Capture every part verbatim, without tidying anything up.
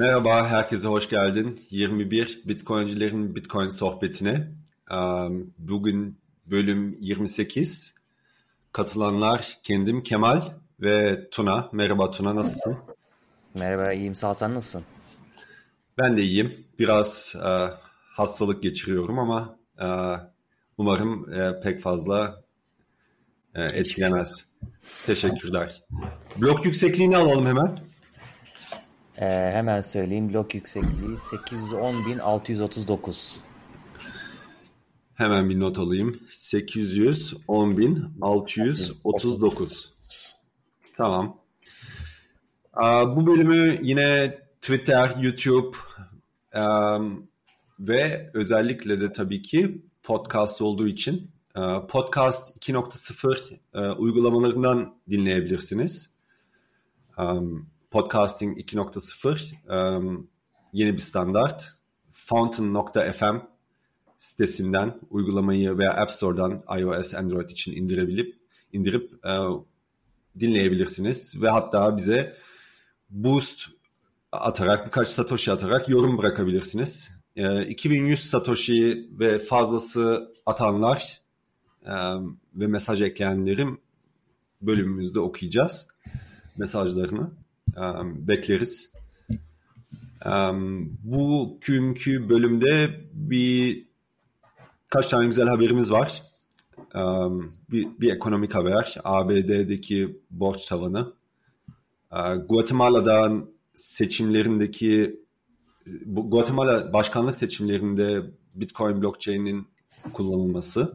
Merhaba, herkese hoş geldin. yirmi bir Bitcoincilerin Bitcoin sohbetine. Bugün bölüm yirmi sekiz. Katılanlar kendim Kemal ve Tuna. Merhaba Tuna, nasılsın? Merhaba, iyiyim. Sağ ol, sen nasılsın? Ben de iyiyim. Biraz e, hastalık geçiriyorum ama e, umarım e, pek fazla e, etkilemez. Teşekkürler. Blok yüksekliğini alalım hemen. Ee, hemen söyleyeyim. Blok yüksekliği sekiz yüz on bin altı yüz otuz dokuz. Hemen bir not alayım. sekiz yüz on bin altı yüz otuz dokuz. Tamam. Bu bölümü yine Twitter, YouTube um, ve özellikle de tabii ki podcast olduğu için uh, Podcast iki nokta sıfır uh, uygulamalarından dinleyebilirsiniz. Um, Podcasting iki nokta sıfır um, yeni bir standart. Fountain nokta f m sitesinden uygulamayı veya App Store'dan iOS, Android için indirebilip indirip uh, dinleyebilirsiniz ve hatta bize boost atarak, birkaç satoshi atarak yorum bırakabilirsiniz. E, iki bin yüz satoshi ve fazlası atanlar e, ve mesaj ekleyenlerin bölümümüzde okuyacağız. Mesajlarını e, bekleriz. E, bu günkü bölümde bir kaç tane güzel haberimiz var. E, bir, bir ekonomik haber. A B D'deki borç tavanı. E, Guatemala'dan seçimlerindeki Guatemala başkanlık seçimlerinde Bitcoin blockchain'in kullanılması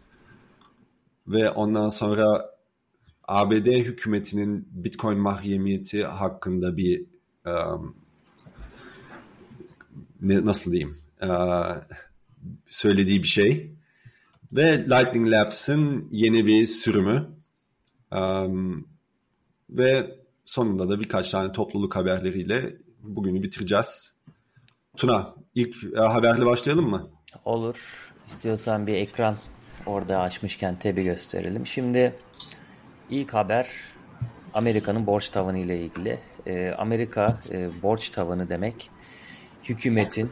ve ondan sonra A B D hükümetinin Bitcoin mahremiyeti hakkında bir um, ne, nasıl diyeyim uh, söylediği bir şey ve Lightning Labs'ın yeni bir sürümü um, ve sonunda da birkaç tane topluluk haberleriyle bugünü bitireceğiz. Tuna, ilk e, haberle başlayalım mı? Olur. İstiyorsan bir ekran orada açmışken tabi gösterelim. Şimdi ilk haber Amerika'nın borç tavanı ile ilgili. Ee, Amerika e, borç tavanı demek hükümetin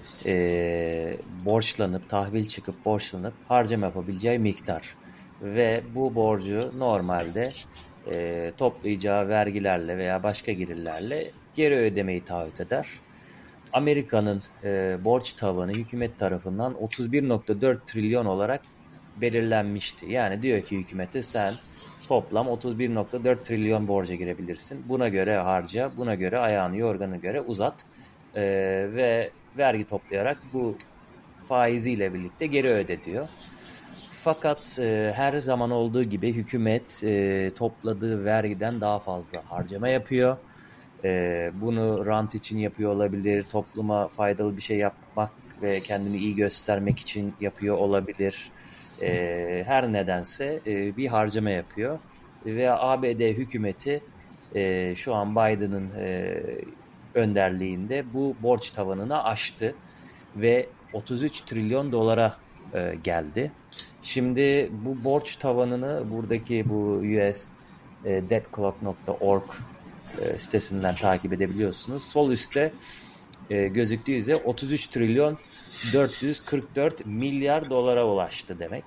e, borçlanıp, tahvil çıkıp borçlanıp harcama yapabileceği miktar. Ve bu borcu normalde e, toplayacağı vergilerle veya başka gelirlerle geri ödemeyi taahhüt eder. Amerika'nın e, borç tavanı hükümet tarafından otuz bir nokta dört trilyon olarak belirlenmişti. Yani diyor ki hükümete sen toplam otuz bir nokta dört trilyon borca girebilirsin. Buna göre harca, buna göre ayağını yorganına göre uzat e, ve vergi toplayarak bu faiziyle birlikte geri öde diyor. Fakat e, her zaman olduğu gibi hükümet e, topladığı vergiden daha fazla harcama yapıyor. Ee, bunu rant için yapıyor olabilir, topluma faydalı bir şey yapmak ve kendini iyi göstermek için yapıyor olabilir. Ee, her nedense e, bir harcama yapıyor. Ve A B D hükümeti e, şu an Biden'ın e, önderliğinde bu borç tavanını aştı ve otuz üç trilyon dolara e, geldi. Şimdi bu borç tavanını buradaki bu U S e, debt clock nokta org E, sitesinden takip edebiliyorsunuz. Sol üstte e, gözüktüğü üzere otuz üç trilyon dört yüz kırk dört milyar dolara ulaştı demek.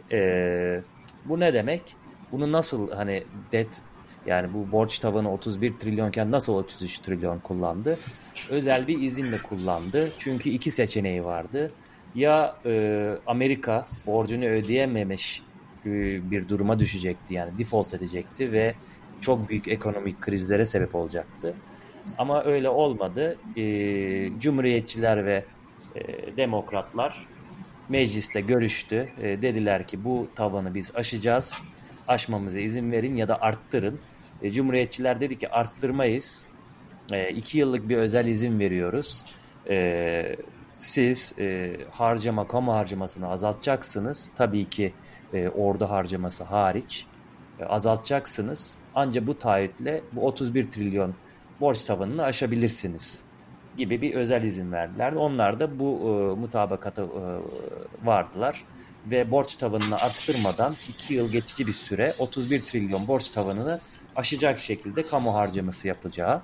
E, bu ne demek? Bunu nasıl hani debt yani bu borç tavanı otuz bir trilyonken nasıl otuz üç trilyon kullandı? Özel bir izinle kullandı. Çünkü iki seçeneği vardı. Ya e, Amerika borcunu ödeyememiş e, bir duruma düşecekti. Yani default edecekti ve çok büyük ekonomik krizlere sebep olacaktı. Ama öyle olmadı. E, Cumhuriyetçiler ve e, Demokratlar mecliste görüştü. E, dediler ki bu tavanı biz aşacağız. Aşmamıza izin verin ya da arttırın. E, Cumhuriyetçiler dedi ki arttırmayız. E, iki yıllık bir özel izin veriyoruz. E, siz e, harcama, kamu harcamasını azaltacaksınız. Tabii ki e, ordu harcaması hariç e, azaltacaksınız. Ancak bu taahhütle bu otuz bir trilyon borç tavanını aşabilirsiniz gibi bir özel izin verdiler. Onlar da bu e, mutabakata e, vardılar ve borç tavanını arttırmadan iki yıl geçici bir süre otuz bir trilyon borç tavanını aşacak şekilde kamu harcaması yapacağı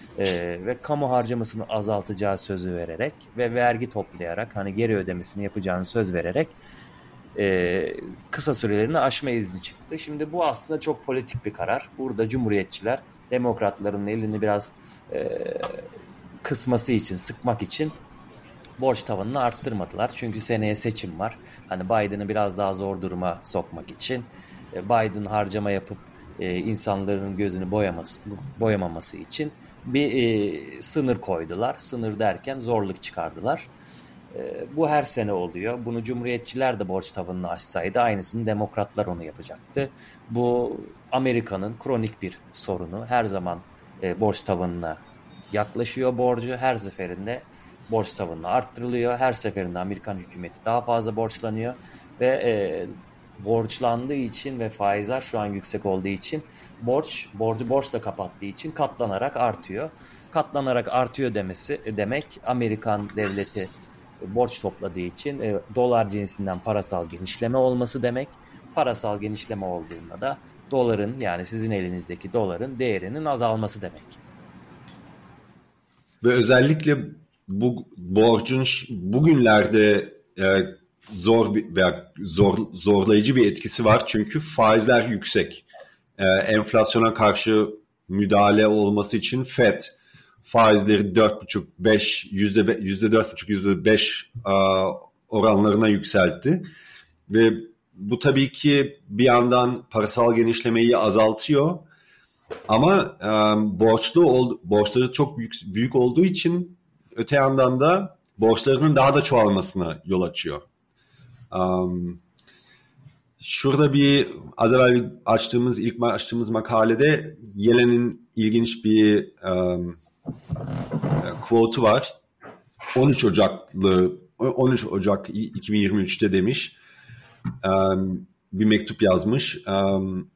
e, ve kamu harcamasını azaltacağı sözü vererek ve vergi toplayarak, hani geri ödemesini yapacağını söz vererek e, kısa sürelerini aşma izni çıktı. Şimdi bu aslında çok politik bir karar. Burada Cumhuriyetçiler Demokratların elini biraz e, kısması için, sıkmak için borç tavanını arttırmadılar. Çünkü seneye seçim var. Hani Biden'ı biraz daha zor duruma sokmak için, Biden harcama yapıp e, insanların gözünü boyaması, boyamaması için bir e, sınır koydular. Sınır derken zorluk çıkardılar. E, bu her sene oluyor. Bunu Cumhuriyetçiler de borç tavanını aşsaydı aynısını Demokratlar onu yapacaktı. Bu Amerika'nın kronik bir sorunu. Her zaman e, borç tavanına yaklaşıyor borcu. Her seferinde borç tavanını arttırılıyor. Her seferinde Amerikan hükümeti daha fazla borçlanıyor ve e, borçlandığı için ve faizler şu an yüksek olduğu için borç, borcu borçla kapattığı için katlanarak artıyor. Katlanarak artıyor demesi demek Amerikan devleti borç topladığı için e, dolar cinsinden parasal genişleme olması demek. Parasal genişleme olduğunda da doların, yani sizin elinizdeki doların değerinin azalması demek. Ve özellikle bu borcun bugünlerde e, zor bir veya zor, zorlayıcı bir etkisi var. Çünkü faizler yüksek. E, enflasyona karşı müdahale olması için Fed faizleri dört buçuk beş yüzde yüzde dört buçuk yüzde beş oranlarına yükseltti. Ve bu tabii ki bir yandan parasal genişlemeyi azaltıyor. Ama e, borçlu ol, borçları çok büyük, büyük olduğu için öte yandan da borçlarının daha da çoğalmasına yol açıyor. Um, şurada bir az evvel açtığımız ilk açtığımız makalede Yellen'in ilginç bir um, quote'u var. on üç Ocaklı on üç Ocak iki bin yirmi üçte demiş. Um, bir mektup yazmış. Um,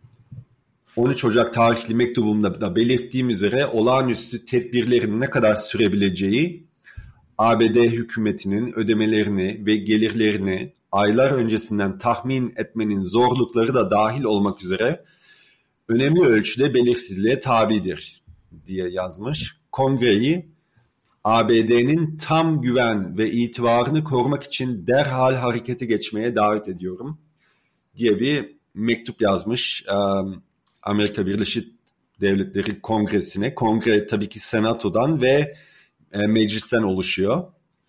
on üç Ocak tarihli mektubumda da belirttiğim üzere olağanüstü tedbirlerin ne kadar sürebileceği A B D hükümetinin ödemelerini ve gelirlerini aylar öncesinden tahmin etmenin zorlukları da dahil olmak üzere önemli ölçüde belirsizliğe tabidir diye yazmış. Kongreyi A B D'nin tam güven ve itibarını korumak için derhal harekete geçmeye davet ediyorum diye bir mektup yazmış Amerika Birleşik Devletleri Kongresi'ne. Kongre tabii ki Senato'dan ve e, meclisten oluşuyor.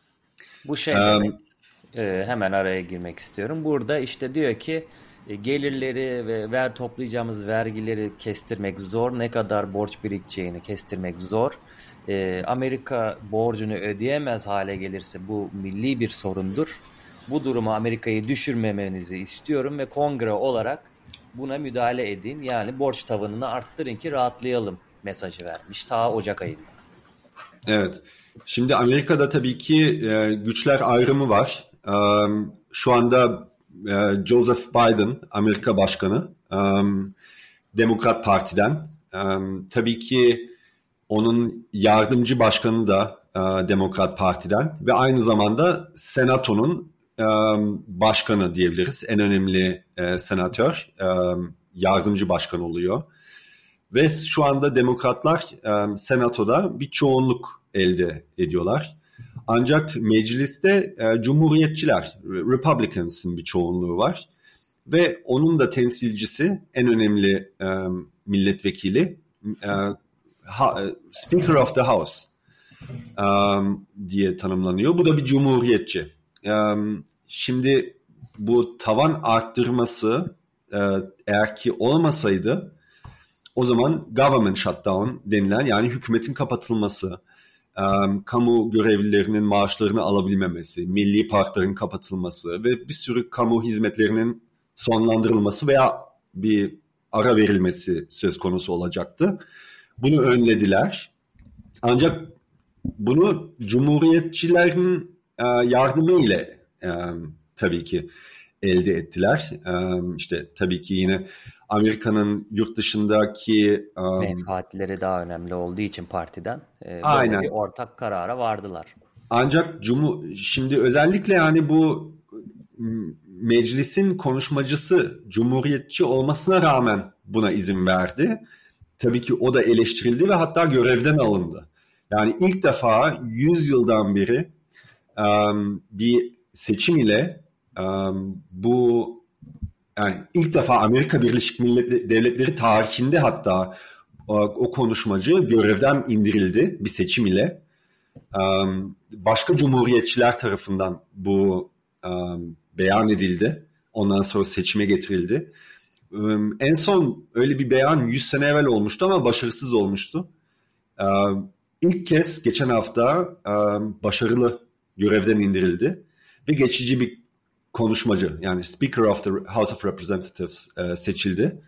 Bu şey demek, um, e, hemen araya girmek istiyorum. Burada işte diyor ki e, gelirleri ve ver toplayacağımız vergileri kestirmek zor. Ne kadar borç birikeceğini kestirmek zor. E, Amerika borcunu ödeyemez hale gelirse bu milli bir sorundur. Bu durumu Amerika'yı düşürmemenizi istiyorum ve kongre olarak buna müdahale edin. Yani borç tavanını arttırın ki rahatlayalım mesajı vermiş ta Ocak ayında. Evet. Şimdi Amerika'da tabii ki e, güçler ayrımı var. E, şu anda e, Joseph Biden Amerika Başkanı, e, Demokrat Parti'den. E, tabii ki onun yardımcı başkanı da e, Demokrat Parti'den ve aynı zamanda Senato'nun e, başkanı diyebiliriz. En önemli e, senatör, e, yardımcı başkan oluyor. Ve şu anda Demokratlar e, Senato'da bir çoğunluk elde ediyorlar. Ancak mecliste e, Cumhuriyetçiler, Republicans'ın bir çoğunluğu var. Ve onun da temsilcisi, en önemli e, milletvekili, e, ha, Speaker of the House e, diye tanımlanıyor. Bu da bir Cumhuriyetçi. E, şimdi bu tavan arttırması e, eğer ki olmasaydı, o zaman government shutdown denilen, yani hükümetin kapatılması, um, kamu görevlilerinin maaşlarını alabilmemesi, milli parkların kapatılması ve bir sürü kamu hizmetlerinin sonlandırılması veya bir ara verilmesi söz konusu olacaktı. Bunu önlediler. Ancak bunu Cumhuriyetçilerin uh, yardımı ile um, tabii ki elde ettiler. Um, işte tabii ki yine Amerika'nın yurt dışındaki um, menfaatleri daha önemli olduğu için partiden e, böyle aynen. bir ortak karara vardılar. Ancak Cumhur şimdi özellikle yani bu meclisin konuşmacısı Cumhuriyetçi olmasına rağmen buna izin verdi. tabii ki o da eleştirildi ve hatta görevden alındı. Yani ilk defa yüz yıldan beri um, bir seçim ile um, bu yani ilk defa Amerika Birleşik Milletleri Devletleri tarihinde hatta o, o konuşmacı görevden indirildi bir seçim ile. Um, başka cumhuriyetçiler tarafından bu um, beyan edildi. Ondan sonra seçime getirildi. Um, en son öyle bir beyan yüz sene evvel olmuştu ama başarısız olmuştu. Um, ilk kez geçen hafta um, başarılı görevden indirildi ve geçici bir konuşmacı yani Speaker of the House of Representatives uh, seçildi.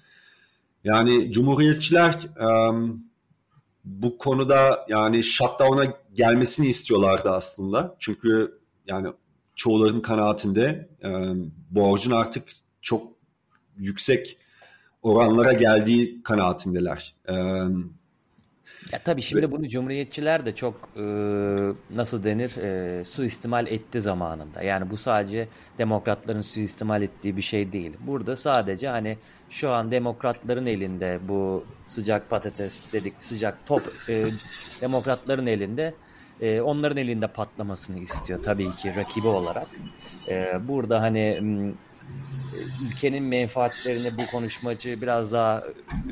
Yani cumhuriyetçiler um, bu konuda yani shutdown'a gelmesini istiyorlardı aslında. Çünkü yani çoğuların kanaatinde um, borcun artık çok yüksek oranlara geldiği kanaatindeler. Um, Ya tabii şimdi bunu cumhuriyetçiler de çok e, nasıl denir e, suistimal etti zamanında. Yani bu sadece demokratların suistimal ettiği bir şey değil. Burada sadece hani şu an demokratların elinde bu sıcak patates dedik sıcak top e, demokratların elinde e, onların elinde patlamasını istiyor tabii ki rakibi olarak. E, burada hani m, ülkenin menfaatlerini bu konuşmacı biraz daha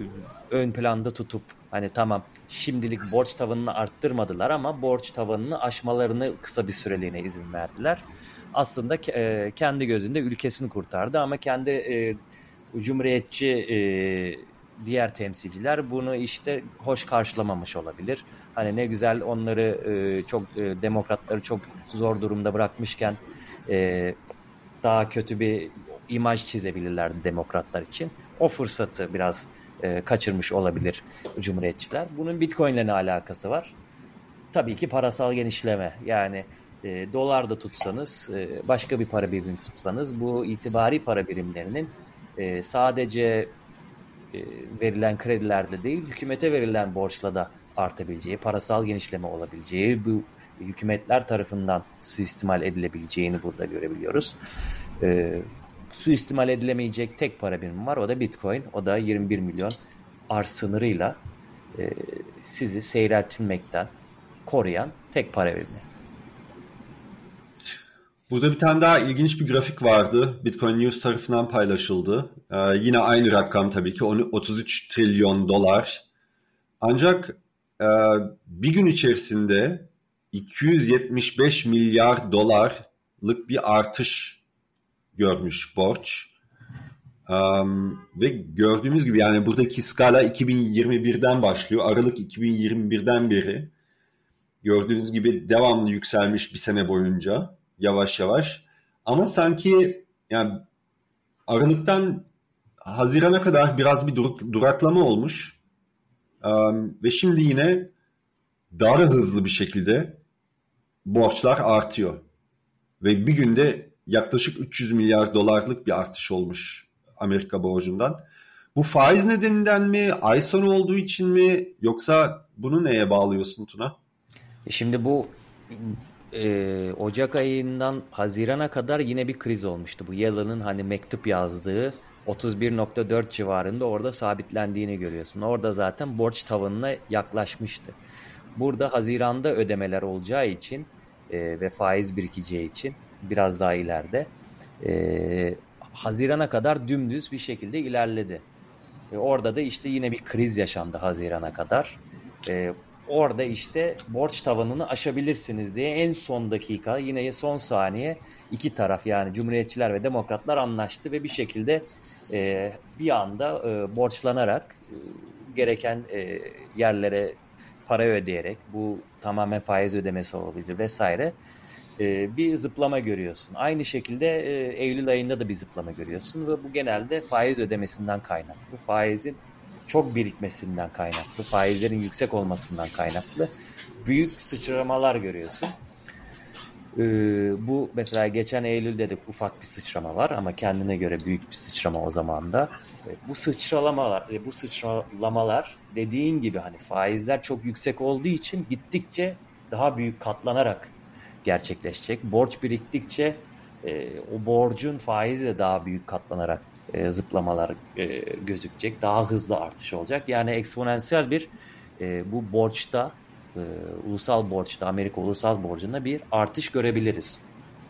ön planda tutup hani tamam şimdilik borç tavanını arttırmadılar ama borç tavanını aşmalarını kısa bir süreliğine izin verdiler. Aslında e, kendi gözünde ülkesini kurtardı ama kendi e, cumhuriyetçi e, diğer temsilciler bunu işte hoş karşılamamış olabilir. Hani ne güzel onları e, çok e, demokratları çok zor durumda bırakmışken e, daha kötü bir imaj çizebilirlerdi demokratlar için. O fırsatı biraz e, kaçırmış olabilir cumhuriyetçiler. Bunun Bitcoin ile ne alakası var? Tabii ki parasal genişleme. Yani e, dolar da tutsanız, e, başka bir para birimi tutsanız bu itibari para birimlerinin e, sadece e, verilen kredilerde değil, hükümete verilen borçla da artabileceği, parasal genişleme olabileceği, bu hükümetler tarafından suistimal edilebileceğini burada görebiliyoruz. E, suistimal edilemeyecek tek para birimi var. O da Bitcoin. O da yirmi bir milyon arz sınırıyla e, sizi seyreltilmekten koruyan tek para birimi. Burada bir tane daha ilginç bir grafik vardı. Bitcoin News tarafından paylaşıldı. Ee, yine aynı rakam tabii ki otuz üç trilyon dolar. Ancak e, bir gün içerisinde iki yüz yetmiş beş milyar dolarlık bir artış görmüş borç. Um, ve gördüğümüz gibi yani buradaki skala iki bin yirmi birden başlıyor. Aralık iki bin yirmi birden beri gördüğünüz gibi devamlı yükselmiş bir sene boyunca yavaş yavaş. Ama sanki yani Aralık'tan Haziran'a kadar biraz bir dur- duraklama olmuş. Um, ve şimdi yine daha da hızlı bir şekilde borçlar artıyor. Ve bir günde yaklaşık üç yüz milyar dolarlık bir artış olmuş Amerika borcundan. Bu faiz nedeninden mi, ay sonu olduğu için mi, yoksa bunu neye bağlıyorsun Tuna? Şimdi bu e, Ocak ayından Haziran'a kadar yine bir kriz olmuştu. Bu Yellen'ın hani mektup yazdığı otuz bir nokta dört civarında orada sabitlendiğini görüyorsun. Orada zaten borç tavanına yaklaşmıştı. Burada Haziran'da ödemeler olacağı için e, ve faiz birikeceği için biraz daha ileride e, Haziran'a kadar dümdüz bir şekilde ilerledi. E, orada da işte yine bir kriz yaşandı Haziran'a kadar. E, orada işte borç tavanını aşabilirsiniz diye en son dakika yine son saniye iki taraf yani Cumhuriyetçiler ve Demokratlar anlaştı ve bir şekilde e, bir anda e, borçlanarak e, gereken e, yerlere para ödeyerek bu tamamen faiz ödemesi olabilir vesaire e, bir zıplama görüyorsun. Aynı şekilde e, Eylül ayında da bir zıplama görüyorsun ve bu genelde faiz ödemesinden kaynaklı. Faizin çok birikmesinden kaynaklı. Faizlerin yüksek olmasından kaynaklı. Büyük sıçramalar görüyorsun. Ee, bu mesela geçen Eylül'de de ufak bir sıçrama var ama kendine göre büyük bir sıçrama o zaman da. Bu sıçralamalar, bu sıçralamalar dediğin gibi hani faizler çok yüksek olduğu için gittikçe daha büyük katlanarak gerçekleşecek. Borç biriktikçe e, o borcun faizi de daha büyük katlanarak e, zıplamalar e, gözükecek. Daha hızlı artış olacak. Yani eksponansiyel bir e, bu borçta, e, ulusal borçta, Amerika ulusal borcunda bir artış görebiliriz.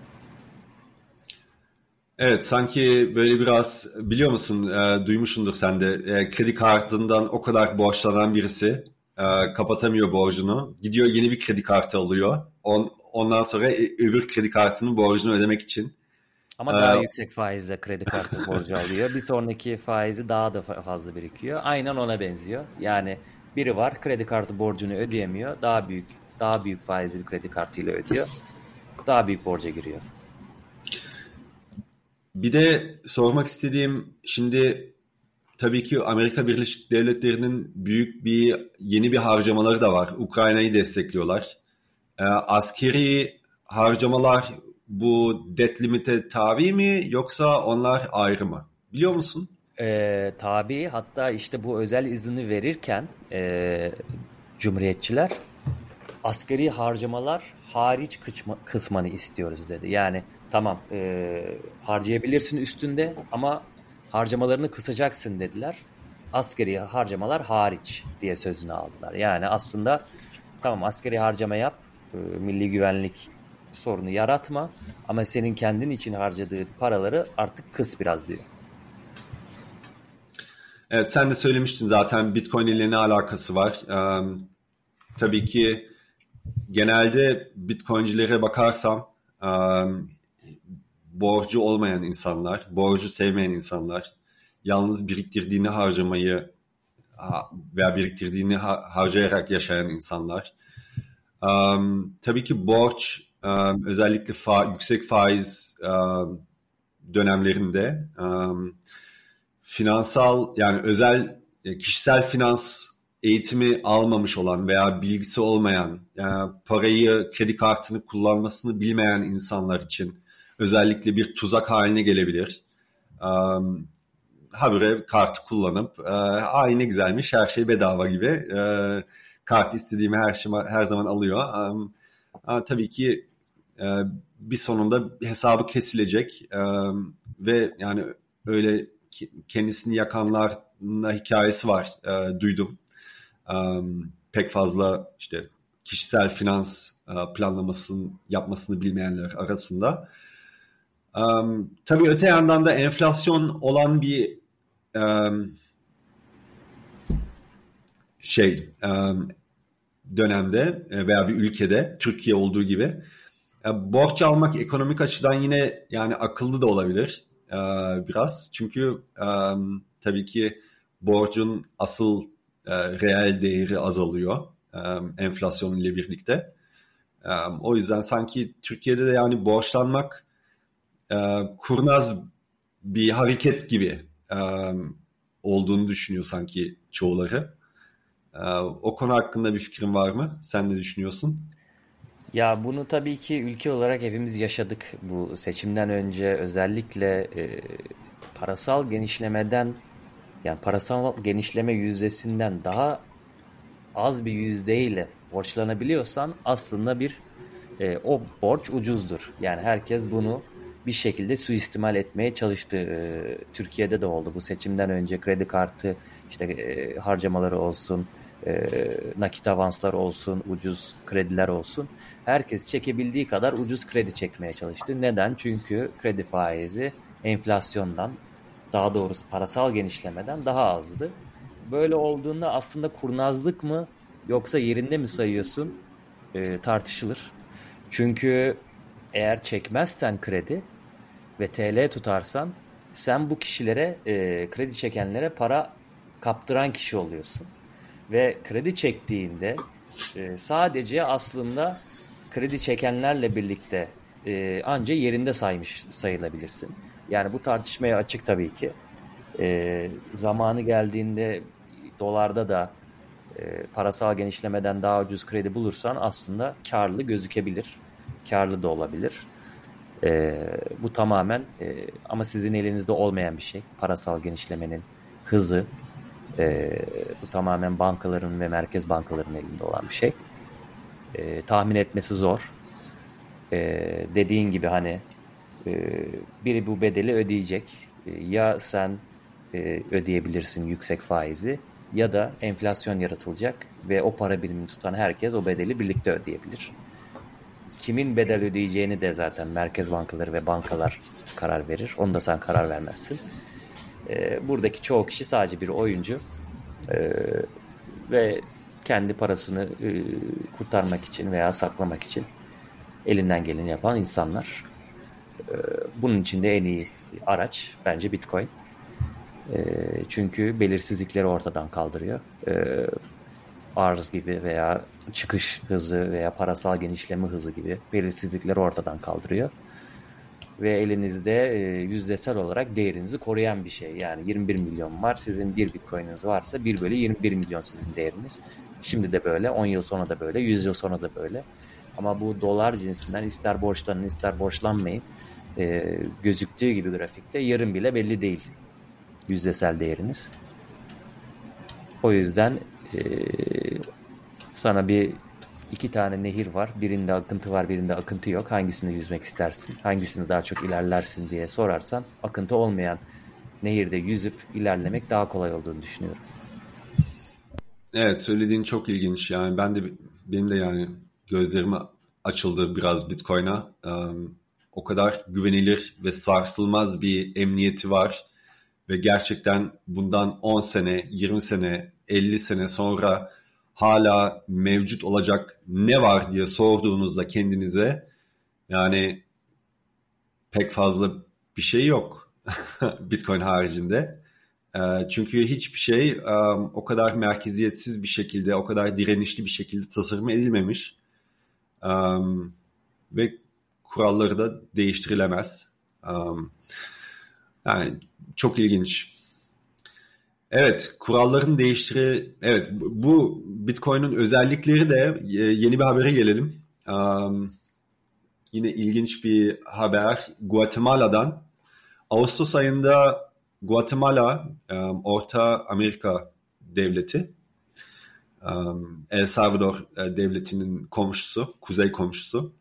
Evet, sanki böyle biraz biliyor musun, e, duymuşsundur sen de, e, kredi kartından o kadar borçlanan birisi e, kapatamıyor borcunu. Gidiyor yeni bir kredi kartı alıyor. On, ondan sonra e, öbür kredi kartının borcunu ödemek için. E, Ama daha yüksek faizle kredi kartı borcu alıyor. Bir sonraki faizi daha da fazla birikiyor. Aynen ona benziyor. Yani biri var, kredi kartı borcunu ödeyemiyor. Daha büyük, daha büyük faizli bir kredi kartıyla ödüyor. Daha büyük borca giriyor. Bir de sormak istediğim, şimdi tabii ki Amerika Birleşik Devletleri'nin büyük bir yeni bir harcamaları da var. Ukrayna'yı destekliyorlar. E, askeri harcamalar bu debt limit'e tabi mi, yoksa onlar ayrı mı? Biliyor musun? Ee, tabii, hatta işte bu özel izni verirken e, Cumhuriyetçiler askeri harcamalar hariç kısmı, kısmını istiyoruz dedi. Yani tamam, e, harcayabilirsin üstünde ama harcamalarını kısacaksın dediler. Askeri harcamalar hariç diye sözünü aldılar. Yani aslında tamam, askeri harcama yap, e, milli güvenlik sorunu yaratma ama senin kendin için harcadığı paraları artık kıs biraz diyor. Evet, sen de söylemiştin zaten, Bitcoin ile ne alakası var? Ee, tabii ki genelde Bitcoincilere bakarsam e, borcu olmayan insanlar, borcu sevmeyen insanlar, yalnız biriktirdiğini harcamayı veya biriktirdiğini ha- harcayarak yaşayan insanlar. Um, tabii ki borç, um, özellikle fa- yüksek faiz um, dönemlerinde um, finansal, yani özel kişisel finans eğitimi almamış olan veya bilgisi olmayan, yani parayı, kredi kartını kullanmasını bilmeyen insanlar için özellikle bir tuzak haline gelebilir. Um, habire kartı kullanıp e, ay ne güzelmiş, her şey bedava gibi, e, kart istediğimi her, şey, her zaman alıyor. Um, ama tabii ki e, bir sonunda hesabı kesilecek e, ve yani öyle kendisini yakanlarla hikayesi var, e, duydum. Um, pek fazla işte kişisel finans e, planlamasını yapmasını bilmeyenler arasında. Um, tabii öte yandan da enflasyon olan bir um, şey um, dönemde veya bir ülkede, Türkiye olduğu gibi, e, borç almak ekonomik açıdan yine yani akıllı da olabilir e, biraz. Çünkü e, tabii ki borcun asıl e, reel değeri azalıyor e, enflasyon ile birlikte. E, o yüzden sanki Türkiye'de de yani borçlanmak e, kurnaz bir hareket gibi e, olduğunu düşünüyor sanki çoğuları. E, o konu hakkında bir fikrin var mı? Sen ne düşünüyorsun? Ya bunu tabii ki ülke olarak hepimiz yaşadık. Bu seçimden önce özellikle e, parasal genişlemeden, yani parasal genişleme yüzdesinden daha az bir yüzdeyle borçlanabiliyorsan aslında bir e, o borç ucuzdur. Yani herkes bunu bir şekilde suistimal etmeye çalıştı. E, Türkiye'de de oldu. Bu seçimden önce kredi kartı işte e, harcamaları olsun, e, nakit avanslar olsun, ucuz krediler olsun. Herkes çekebildiği kadar ucuz kredi çekmeye çalıştı. Neden? Çünkü kredi faizi enflasyondan, daha doğrusu parasal genişlemeden daha azdı. Böyle olduğunda aslında kurnazlık mı yoksa yerinde mi sayıyorsun e, tartışılır. Çünkü eğer çekmezsen kredi ve T L tutarsan sen bu kişilere, e, kredi çekenlere para kaptıran kişi oluyorsun. Ve kredi çektiğinde e, sadece aslında kredi çekenlerle birlikte e, anca yerinde saymış sayılabilirsin. Yani bu tartışmaya açık tabii ki. E, zamanı geldiğinde dolarda da e, parasal genişlemeden daha ucuz kredi bulursan aslında karlı gözükebilir. Karlı da olabilir. E, bu tamamen e, ama sizin elinizde olmayan bir şey. Parasal genişlemenin hızı e, bu tamamen bankaların ve merkez bankaların elinde olan bir şey. E, tahmin etmesi zor. E, dediğin gibi hani e, biri bu bedeli ödeyecek. E, ya sen e, ödeyebilirsin yüksek faizi ya da enflasyon yaratılacak ve o para birimini tutan herkes o bedeli birlikte ödeyebilir. Kimin bedel ödeyeceğini de zaten merkez bankaları ve bankalar karar verir. Onu da sen karar vermezsin. E, buradaki çoğu kişi sadece bir oyuncu e, ve kendi parasını e, kurtarmak için veya saklamak için elinden geleni yapan insanlar. E, bunun için de en iyi araç bence Bitcoin. E, çünkü belirsizlikleri ortadan kaldırıyor. E, arz gibi veya çıkış hızı veya parasal genişleme hızı gibi belirsizlikleri ortadan kaldırıyor. Ve elinizde e, yüzdesel olarak değerinizi koruyan bir şey. Yani yirmi bir milyon var. Sizin bir bitcoin'iniz varsa bir bölü yirmi bir milyon sizin değeriniz. Şimdi de böyle, on yıl sonra da böyle, yüz yıl sonra da böyle. Ama bu dolar cinsinden ister borçlanın ister borçlanmayın. E, gözüktüğü gibi grafikte yarım bile belli değil yüzdesel değeriniz. O yüzden e, sana bir iki tane nehir var. Birinde akıntı var, birinde akıntı yok. Hangisini yüzmek istersin? Hangisini daha çok ilerlersin diye sorarsan akıntı olmayan nehirde yüzüp ilerlemek daha kolay olduğunu düşünüyorum. Evet, söylediğin çok ilginç. Yani ben de benim de yani gözlerime açıldı biraz Bitcoin'a. Um, o kadar güvenilir ve sarsılmaz bir emniyeti var ve gerçekten bundan on sene, yirmi sene, elli sene sonra hala mevcut olacak ne var diye sorduğunuzda kendinize yani pek fazla bir şey yok Bitcoin haricinde. Çünkü hiçbir şey o kadar merkeziyetsiz bir şekilde, o kadar direnişli bir şekilde tasarım edilmemiş ve kuralları da değiştirilemez. Yani çok ilginç. Evet, kuralların değiştiri... Evet, bu Bitcoin'in özellikleri de yeni bir habere gelelim. Um, yine ilginç bir haber. Guatemala'dan. Ağustos ayında Guatemala, um, Orta Amerika devleti, um, El Salvador uh, devletinin komşusu, kuzey komşusu.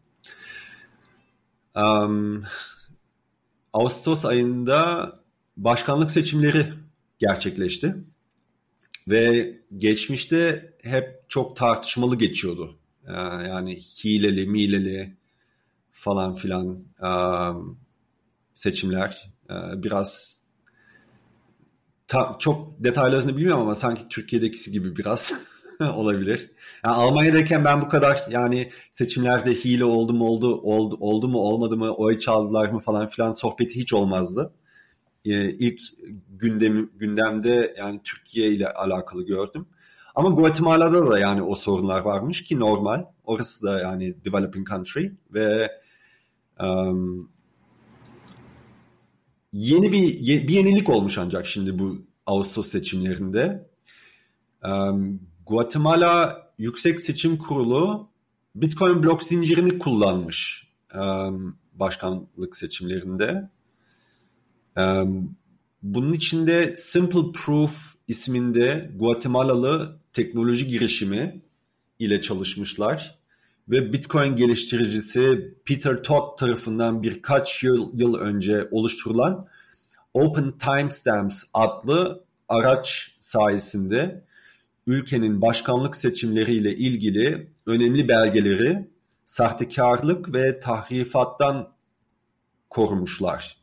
Um, Ağustos ayında başkanlık seçimleri gerçekleşti. Ve geçmişte hep çok tartışmalı geçiyordu. Ee, yani hileli, mileli falan filan um, seçimler. Ee, biraz ta, çok detaylarını bilmiyorum ama sanki Türkiye'dekisi gibi biraz olabilir. Yani Almanya'dayken ben bu kadar yani seçimlerde hile oldu mu oldu, oldu, oldu mu olmadı mı, oy çaldılar mı falan filan sohbeti hiç olmazdı. Ee, ilk gündem, gündemde yani Türkiye ile alakalı gördüm. Ama Guatemala'da da yani o sorunlar varmış ki normal. Orası da yani developing country ve um, yeni bir bir yenilik olmuş ancak şimdi bu Ağustos seçimlerinde. Um, Guatemala Yüksek Seçim Kurulu Bitcoin blok zincirini kullanmış um, başkanlık seçimlerinde. Um, bunun içinde Simple Proof isminde Guatemalalı teknoloji girişimi ile çalışmışlar ve Bitcoin geliştiricisi Peter Todd tarafından birkaç yıl, yıl önce oluşturulan Open Timestamps adlı araç sayesinde ülkenin başkanlık seçimleriyle ilgili önemli belgeleri sahtekarlık ve tahrifattan korumuşlar.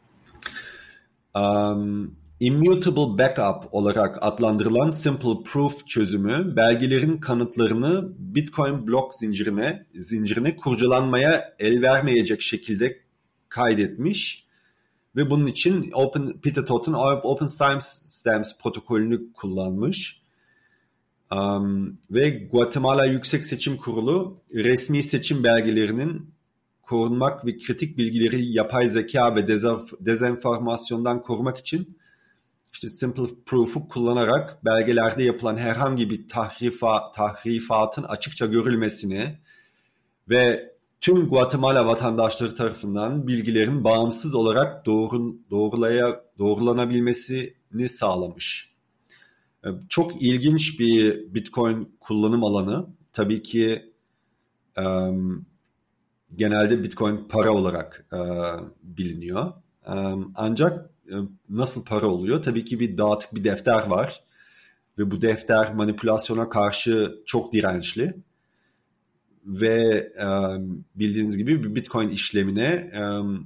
Um, Immutable Backup olarak adlandırılan Simple Proof çözümü belgelerin kanıtlarını Bitcoin blok zincirine, zincirine kurcalanmaya el vermeyecek şekilde kaydetmiş ve bunun için Open, Peter Todd'un Open Timestamps protokolünü kullanmış. Um, ve Guatemala Yüksek Seçim Kurulu resmi seçim belgelerinin korunmak ve kritik bilgileri yapay zeka ve dezenformasyondan korumak için işte Simple Proof'u kullanarak belgelerde yapılan herhangi bir tahrifa, tahrifatın açıkça görülmesini ve tüm Guatemala vatandaşları tarafından bilgilerin bağımsız olarak doğru, doğrulaya, doğrulanabilmesini sağlamış. Çok ilginç bir Bitcoin kullanım alanı. Tabii ki um, genelde Bitcoin para olarak uh, biliniyor. Um, ancak e, nasıl para oluyor? Tabii ki bir dağıtık bir defter var. Ve bu defter manipülasyona karşı çok dirençli. Ve e, bildiğiniz gibi bir Bitcoin işlemine e,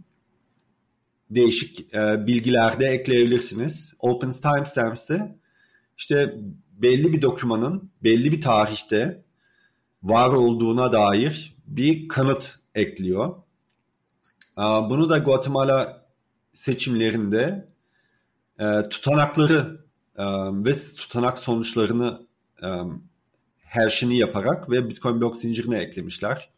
değişik e, bilgiler de ekleyebilirsiniz. Open Timestamps'te işte belli bir dokümanın belli bir tarihte var olduğuna dair bir kanıt ekliyor. E, bunu da Guatemala seçimlerinde e, tutanakları e, ve tutanak sonuçlarını e, hash'ini yaparak ve Bitcoin blok zincirine eklemişler.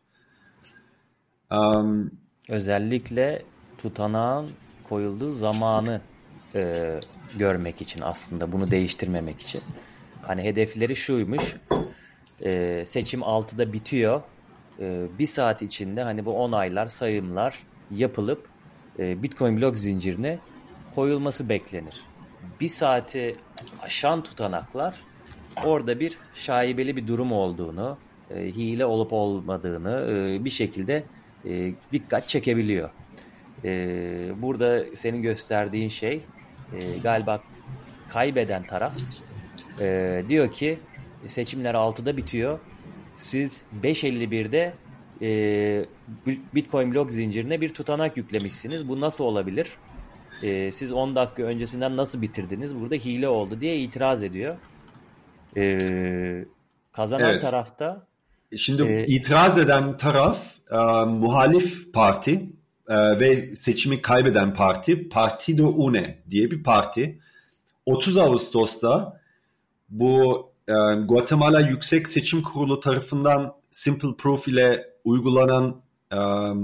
Um, Özellikle tutanağın koyulduğu zamanı e, görmek için, aslında bunu değiştirmemek için. Hani hedefleri şuymuş, e, seçim altıda bitiyor. E, bir saat içinde hani bu onaylar, sayımlar yapılıp e, Bitcoin blok zincirine koyulması beklenir. Bir saati aşan tutanaklar orada bir şaibeli bir durum olduğunu, e, hile olup olmadığını e, bir şekilde e, dikkat çekebiliyor. E, burada senin gösterdiğin şey e, galiba kaybeden taraf e, diyor ki seçimler altıda bitiyor. Siz beş elli birde e, Bitcoin blok zincirine bir tutanak yüklemişsiniz. Bu nasıl olabilir? E, siz on dakika öncesinden nasıl bitirdiniz? Burada hile oldu diye itiraz ediyor. Ee, kazanan evet. tarafta şimdi e, itiraz eden taraf e, muhalif parti e, ve seçimi kaybeden parti Partido UNE diye bir parti. otuz Ağustos'ta bu e, Guatemala Yüksek Seçim Kurulu tarafından Simple Proof ile uygulanan e,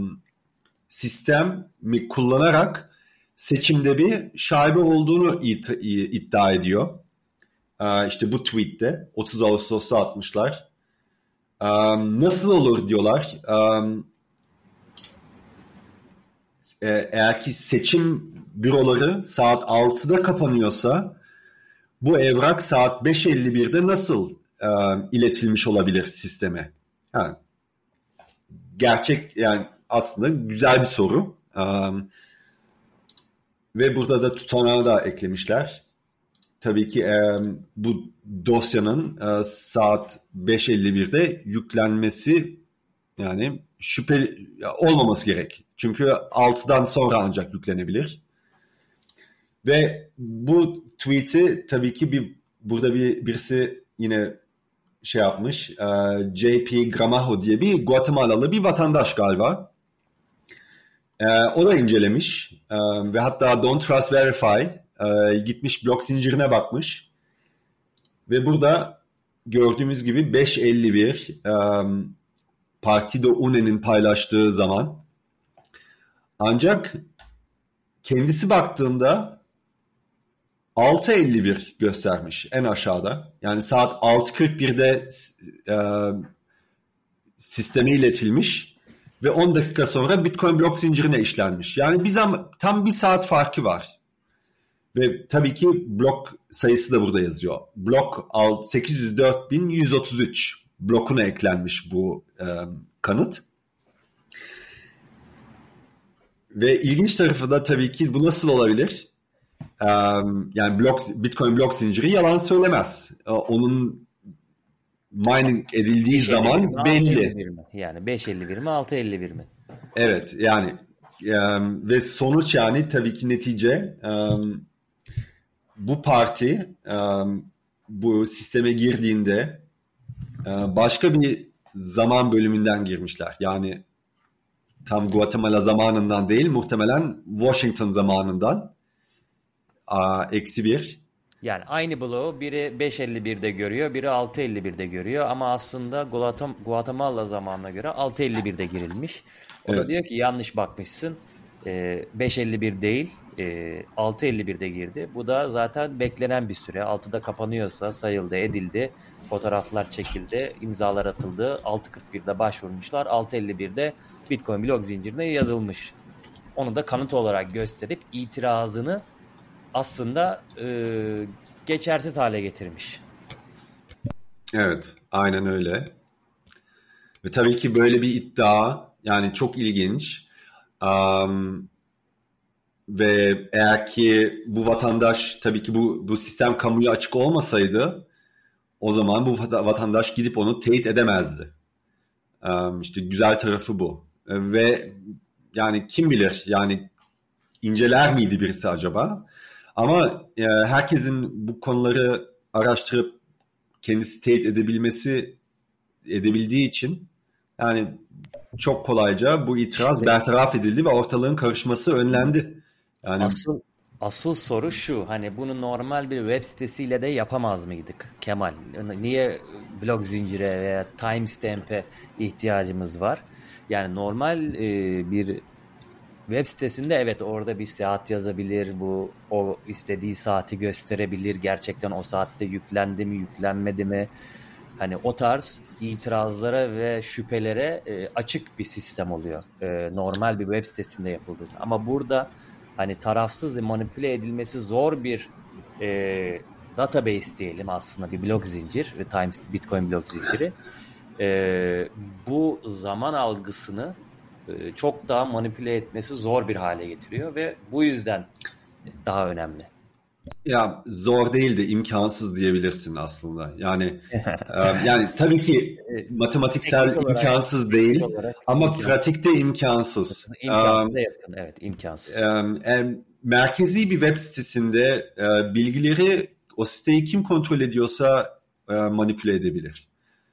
sistemi kullanarak seçimde bir şaibe olduğunu it- iddia ediyor. E, işte bu tweette otuz Ağustos'ta atmışlar. E, nasıl olur diyorlar. E, eğer ki seçim büroları saat altıda kapanıyorsa bu evrak saat beş elli birde nasıl e, iletilmiş olabilir sisteme? Yani, gerçek yani aslında güzel bir soru. E, ve burada da tutanağı da eklemişler. Tabii ki e, bu dosyanın e, saat beş elli birde yüklenmesi yani şüpheli olmaması gerek. Çünkü altıdan sonra ancak yüklenebilir. Ve bu tweet'i tabii ki bir burada bir birisi yine şey yapmış. E, J P Gramajo diye bir Guatemalalı bir vatandaş galiba. E, o da incelemiş. E, ve hatta Don't Trust Verify e, gitmiş blok zincirine bakmış. Ve burada gördüğümüz gibi beş elli bir e, Partido UNE'nin paylaştığı zaman ancak kendisi baktığında altı elli bir göstermiş en aşağıda. Yani saat altı kırk birde e, sisteme iletilmiş ve on dakika sonra Bitcoin blok zincirine işlenmiş. Yani bir zaman, tam bir saat farkı var. Ve tabii ki blok sayısı da burada yazıyor. Blok sekiz yüz dört bin yüz otuz üç blokuna eklenmiş bu e, kanıt. Ve ilginç tarafı da tabii ki bu nasıl olabilir? Ee, yani blok, Bitcoin blok zinciri yalan söylemez. Ee, onun mining edildiği zaman belli. Yani beş elli bir mi altı elli bir mi? Evet yani e, ve sonuç yani tabii ki netice e, bu parti e, bu sisteme girdiğinde e, başka bir zaman bölümünden girmişler. Yani tam Guatemala zamanından değil, muhtemelen Washington zamanından. A, eksi bir. Yani aynı bloğu biri beş elli birde görüyor, biri altı elli birde görüyor ama aslında Guatemala zamanına göre altı elli birde girilmiş. O evet. da diyor ki yanlış bakmışsın, e, beş elli bir değil, e, altı elli birde girdi. Bu da zaten beklenen bir süre. altıda kapanıyorsa sayıldı, edildi, fotoğraflar çekildi, imzalar atıldı. altı kırk birde başvurmuşlar, altı elli birde Bitcoin blok zincirine yazılmış. Onu da kanıt olarak gösterip itirazını aslında e, geçersiz hale getirmiş. Evet, aynen öyle. Ve tabii ki böyle bir iddia yani çok ilginç. Um, ve eğer ki bu vatandaş, tabii ki bu, bu sistem kamuya açık olmasaydı, o zaman bu vatandaş gidip onu teyit edemezdi. Um, işte güzel tarafı bu. Ve yani kim bilir, yani inceler miydi birisi acaba? Ama e, herkesin bu konuları araştırıp kendisi teyit edebilmesi edebildiği için yani çok kolayca bu itiraz işte, bertaraf edildi ve ortalığın karışması önlendi. Yani asıl asıl soru şu, hani bunu normal bir web sitesiyle de yapamaz mıydık Kemal? Niye blok zincire veya timestamp'e ihtiyacımız var? Yani normal e, bir web sitesinde evet orada bir saat yazabilir, bu o istediği saati gösterebilir, gerçekten o saatte yüklendi mi yüklenmedi mi, hani o tarz itirazlara ve şüphelere e, açık bir sistem oluyor e, normal bir web sitesinde yapıldığında. Ama burada hani tarafsız ve manipüle edilmesi zor bir e, database diyelim, aslında bir blok zincir ve Times Bitcoin blok zinciri e, bu zaman algısını çok daha manipüle etmesi zor bir hale getiriyor ve bu yüzden daha önemli. Ya zor değil de imkansız diyebilirsin aslında. Yani yani tabii ki matematiksel olarak, imkansız değil olarak, ama imkansız. Pratikte imkansız. İmkansıza yakın, evet, imkansız. Yani merkezi bir web sitesinde bilgileri, o siteyi kim kontrol ediyorsa manipüle edebilir.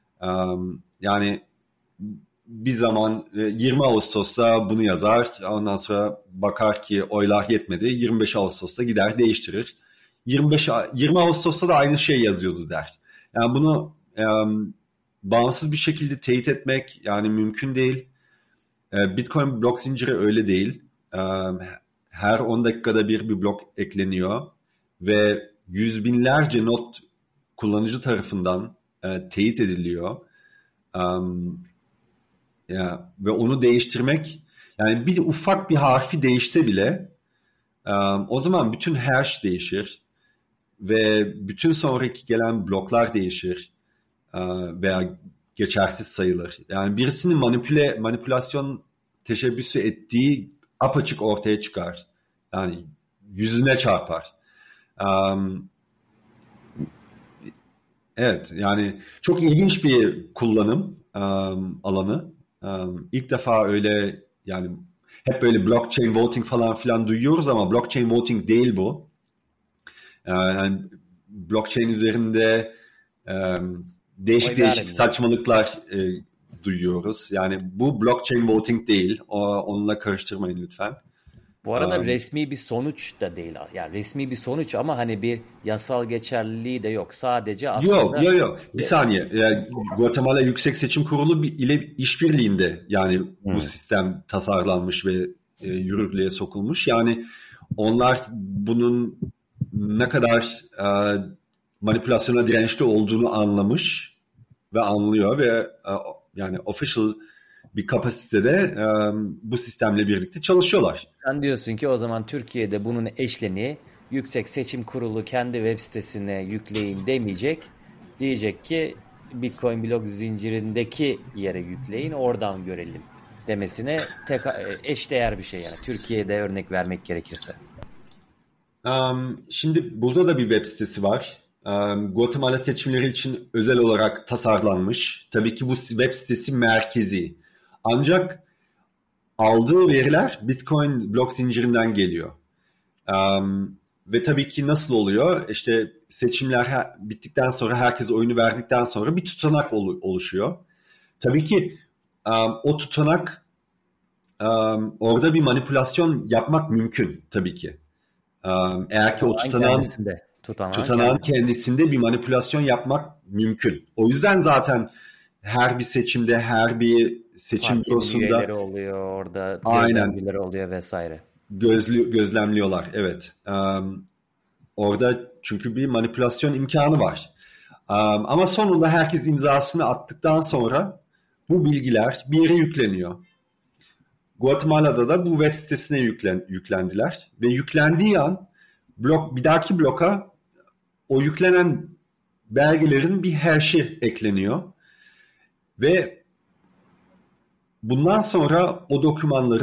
Yani bir zaman yirmi Ağustos'ta bunu yazar, ondan sonra bakar ki oylar yetmedi, yirmi beş Ağustos'ta gider değiştirir. yirmi beş yirmi Ağustos'ta da aynı şey yazıyordu der. Yani bunu e, bağımsız bir şekilde teyit etmek yani mümkün değil. E, Bitcoin blok zinciri öyle değil. E, her on dakikada bir bir blok ekleniyor ve yüz binlerce not kullanıcı tarafından e, teyit ediliyor. Um, Ya, ve onu değiştirmek, yani bir ufak bir harfi değişse bile um, o zaman bütün hash değişir ve bütün sonraki gelen bloklar değişir uh, veya geçersiz sayılır. Yani birisinin manipüle manipülasyon teşebbüsü ettiği apaçık ortaya çıkar. Yani yüzüne çarpar. Um, evet, yani çok ilginç bir kullanım um, alanı. Um, ilk defa öyle, yani hep böyle blockchain voting falan filan duyuyoruz ama blockchain voting değil bu. Yani blockchain üzerinde um, değişik değişik saçmalıklar e, duyuyoruz. Yani bu blockchain voting değil. O, onunla karıştırmayın lütfen. Bu arada um, resmi bir sonuç da değil. Yani resmi bir sonuç ama hani bir yasal geçerliliği de yok. Sadece aslında... Yok yok yok. Bir saniye. Yani Guatemala Yüksek Seçim Kurulu ile işbirliğinde yani hmm. bu sistem tasarlanmış ve e, yürürlüğe sokulmuş. Yani onlar bunun ne kadar e, manipülasyona dirençli olduğunu anlamış ve anlıyor ve e, yani official bir kapasitede e, bu sistemle birlikte çalışıyorlar. Sen diyorsun ki o zaman Türkiye'de bunun eşleniği Yüksek Seçim Kurulu kendi web sitesine yükleyin demeyecek. Diyecek ki Bitcoin blok zincirindeki yere yükleyin, oradan görelim demesine tek, eşdeğer bir şey yani. Türkiye'de örnek vermek gerekirse. Um, şimdi burada da bir web sitesi var. Um, Guatemala seçimleri için özel olarak tasarlanmış. Tabii ki bu web sitesi merkezi. Ancak aldığı veriler Bitcoin blok zincirinden geliyor. Um, ve tabii ki nasıl oluyor? İşte seçimler her, bittikten sonra, herkes oyunu verdikten sonra bir tutanak ol, oluşuyor. Tabii ki um, o tutanak um, orada bir manipülasyon yapmak mümkün tabii ki. Um, eğer ki o tutanağın kendisinde, tutanağın, tutanağın kendisinde. kendisinde bir manipülasyon yapmak mümkün. O yüzden zaten her bir seçimde, her bir seçim bürosunda üyeleri oluyor orada, gözlemcileri oluyor vesaire. Gözlü, gözlemliyorlar, evet. Um, orada çünkü bir manipülasyon imkanı var. Um, ama sonunda herkes imzasını attıktan sonra bu bilgiler bir yere yükleniyor. Guatemala'da da bu web sitesine yüklen, yüklendiler ve yüklendiği an blok, bir dahaki bloka o yüklenen belgelerin bir hash'i ekleniyor ve bundan sonra o dokümanların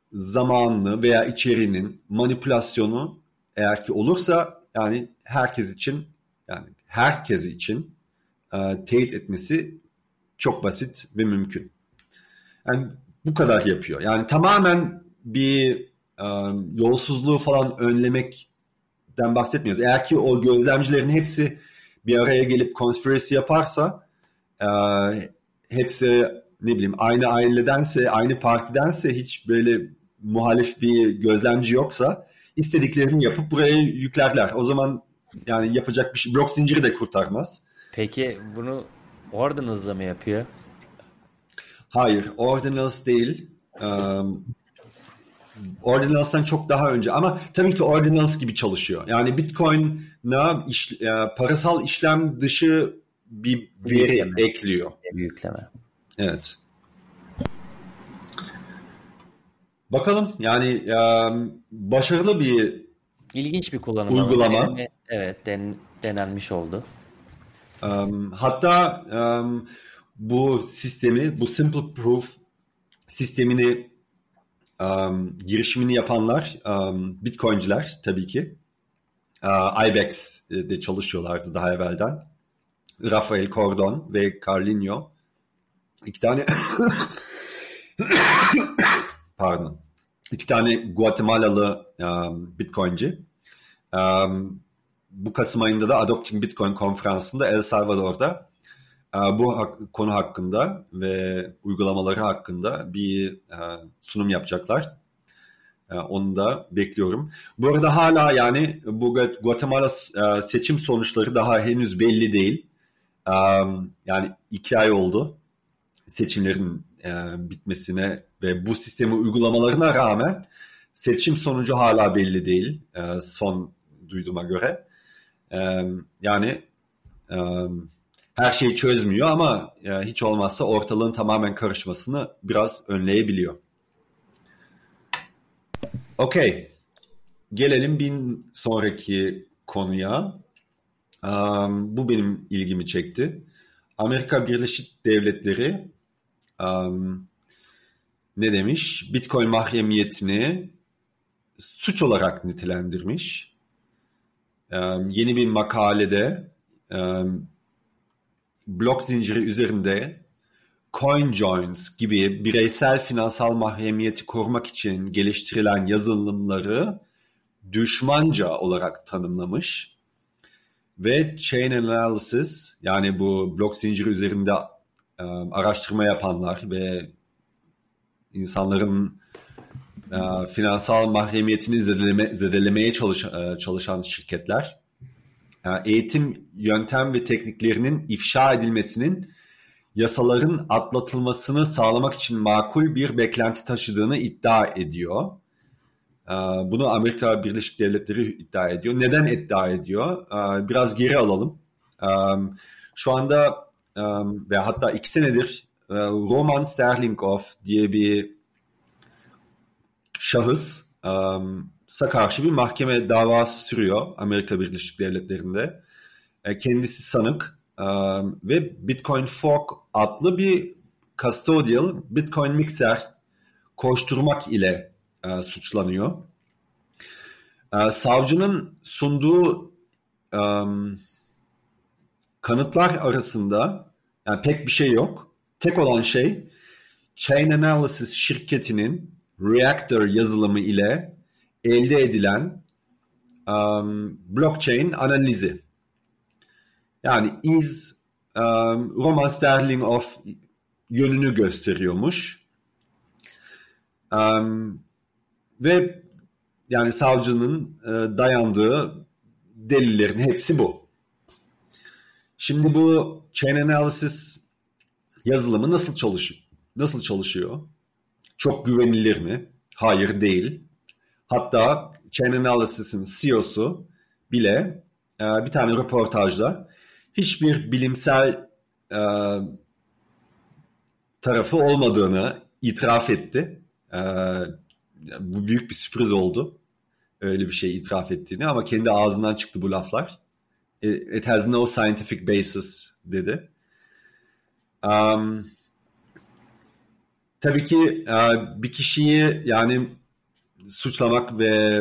zamanını veya içeriğinin manipülasyonu eğer ki olursa yani herkes için yani herkes için e, teyit etmesi çok basit ve mümkün. Yani bu kadar yapıyor. Yani tamamen bir e, yolsuzluğu falan önlemekten bahsetmiyoruz. Eğer ki o gözlemcilerin hepsi bir araya gelip conspiracy yaparsa e, hepsi ne bileyim aynı ailedense, aynı partidense hiç böyle muhalif bir gözlemci yoksa istediklerini yapıp buraya yüklerler. O zaman yani yapacak bir şey, blok zinciri de kurtarmaz. Peki bunu Ordinals'la mı yapıyor? Hayır, Ordinals değil. Um, Ordinals'tan çok daha önce ama tabii ki Ordinals gibi çalışıyor. Yani Bitcoin'a iş, e, parasal işlem dışı bir veri yükleme. ekliyor. Bir yükleme. Evet. Bakalım yani e, başarılı bir İlginç bir kullanım uygulama. Yani, evet den, denenmiş oldu. Um, hatta um, bu sistemi, bu Simple Proof sistemini um, girişimini yapanlar um, Bitcoin'ciler tabii ki. Uh, I B E X'de çalışıyorlardı daha evvelden. Rafael Cordon ve Carlinho. İki tane pardon. İki tane Guatemalalı um, Bitcoin'ci. Um, bu Kasım ayında da Adopting Bitcoin konferansında El Salvador'da uh, bu hak, konu hakkında ve uygulamaları hakkında bir uh, sunum yapacaklar. Uh, onu da bekliyorum. Bu arada hala yani bu Guatemala uh, seçim sonuçları daha henüz belli değil. Um, yani iki ay oldu seçimlerin uh, bitmesine ve bu sistemi uygulamalarına rağmen seçim sonucu hala belli değil uh, son duyduğuma göre. Uh, yani uh, her şeyi çözmüyor ama uh, hiç olmazsa ortalığın tamamen karışmasını biraz önleyebiliyor. Okey. Gelelim bir sonraki konuya. Um, bu benim ilgimi çekti. Amerika Birleşik Devletleri um, ne demiş? Bitcoin mahremiyetini suç olarak nitelendirmiş. Um, yeni bir makalede um, blok zinciri üzerinde CoinJoins gibi bireysel finansal mahremiyeti korumak için geliştirilen yazılımları düşmanca olarak tanımlamış ve chain analysis yani bu blok zinciri üzerinde um, araştırma yapanlar ve insanların uh, finansal mahremiyetini zedeleme, zedelemeye çalış, uh, çalışan şirketler uh, eğitim yöntem ve tekniklerinin ifşa edilmesinin yasaların atlatılmasını sağlamak için makul bir beklenti taşıdığını iddia ediyor. Bunu Amerika Birleşik Devletleri iddia ediyor. Neden iddia ediyor? Biraz geri alalım. Şu anda ve hatta iki senedir Roman Sterlingov diye bir şahıs karşı bir mahkeme davası sürüyor Amerika Birleşik Devletleri'nde. Kendisi sanık ve Bitcoin Fork adlı bir custodial Bitcoin mikser koşturmak ile e, suçlanıyor. E, savcının sunduğu e, kanıtlar arasında yani pek bir şey yok. Tek olan şey Chain Analysis şirketinin Reactor yazılımı ile elde edilen e, blockchain analizi. Yani is um, Roman Sterling of yönünü gösteriyormuş. Um, ve yani savcının e, dayandığı delillerin hepsi bu. Şimdi bu chain analysis yazılımı nasıl çalışıyor? Nasıl çalışıyor? Çok güvenilir mi? Hayır, değil. Hatta Chain Analysis'in C E O'su bile e, bir tane röportajda hiçbir bilimsel e, tarafı olmadığını itiraf etti. E, bu büyük bir sürpriz oldu. Öyle bir şey itiraf ettiğini ama kendi ağzından çıktı bu laflar. It has no scientific basis dedi. Um, tabii ki e, bir kişiyi yani suçlamak ve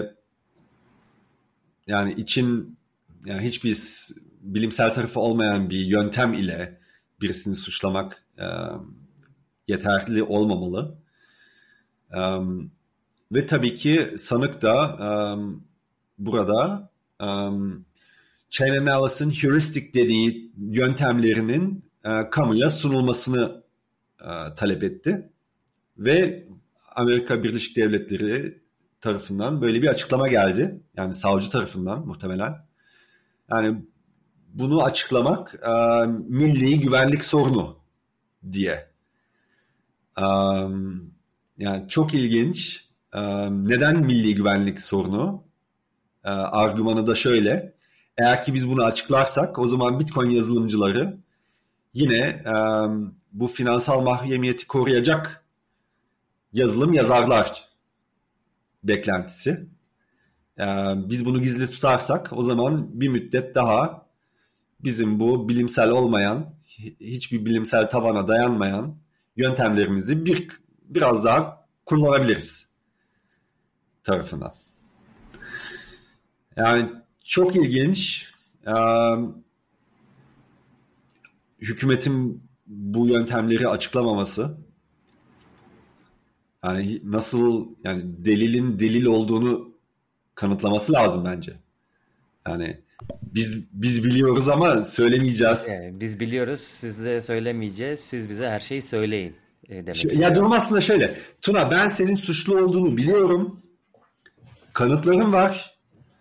yani için yani hiçbir bilimsel tarafı olmayan bir yöntem ile birisini suçlamak e, yeterli olmamalı. E, ve tabii ki sanık da e, burada e, Chain Analysis'in heuristik dediği yöntemlerinin e, kamuya sunulmasını e, talep etti. Ve Amerika Birleşik Devletleri tarafından böyle bir açıklama geldi. Yani savcı tarafından muhtemelen. Yani bunu açıklamak e, milli güvenlik sorunu diye. E, yani çok ilginç. E, neden milli güvenlik sorunu? E, argümanı da şöyle. Eğer ki biz bunu açıklarsak o zaman Bitcoin yazılımcıları yine e, bu finansal mahremiyeti koruyacak yazılım yazarlar beklentisi. Ee, biz bunu gizli tutarsak o zaman bir müddet daha bizim bu bilimsel olmayan, hiçbir bilimsel tabana dayanmayan yöntemlerimizi bir biraz daha kullanabiliriz tarafından. Yani çok ilginç. Ee, hükümetin bu yöntemleri açıklamaması. Yani nasıl yani delilin delil olduğunu kanıtlaması lazım bence. Yani biz biz biliyoruz ama söylemeyeceğiz. Yani biz biliyoruz, siz de söylemeyeceğiz. Siz bize her şeyi söyleyin e, demek Şu, istiyorum. ya durum aslında şöyle. Tuna, ben senin suçlu olduğunu biliyorum. Kanıtlarım var.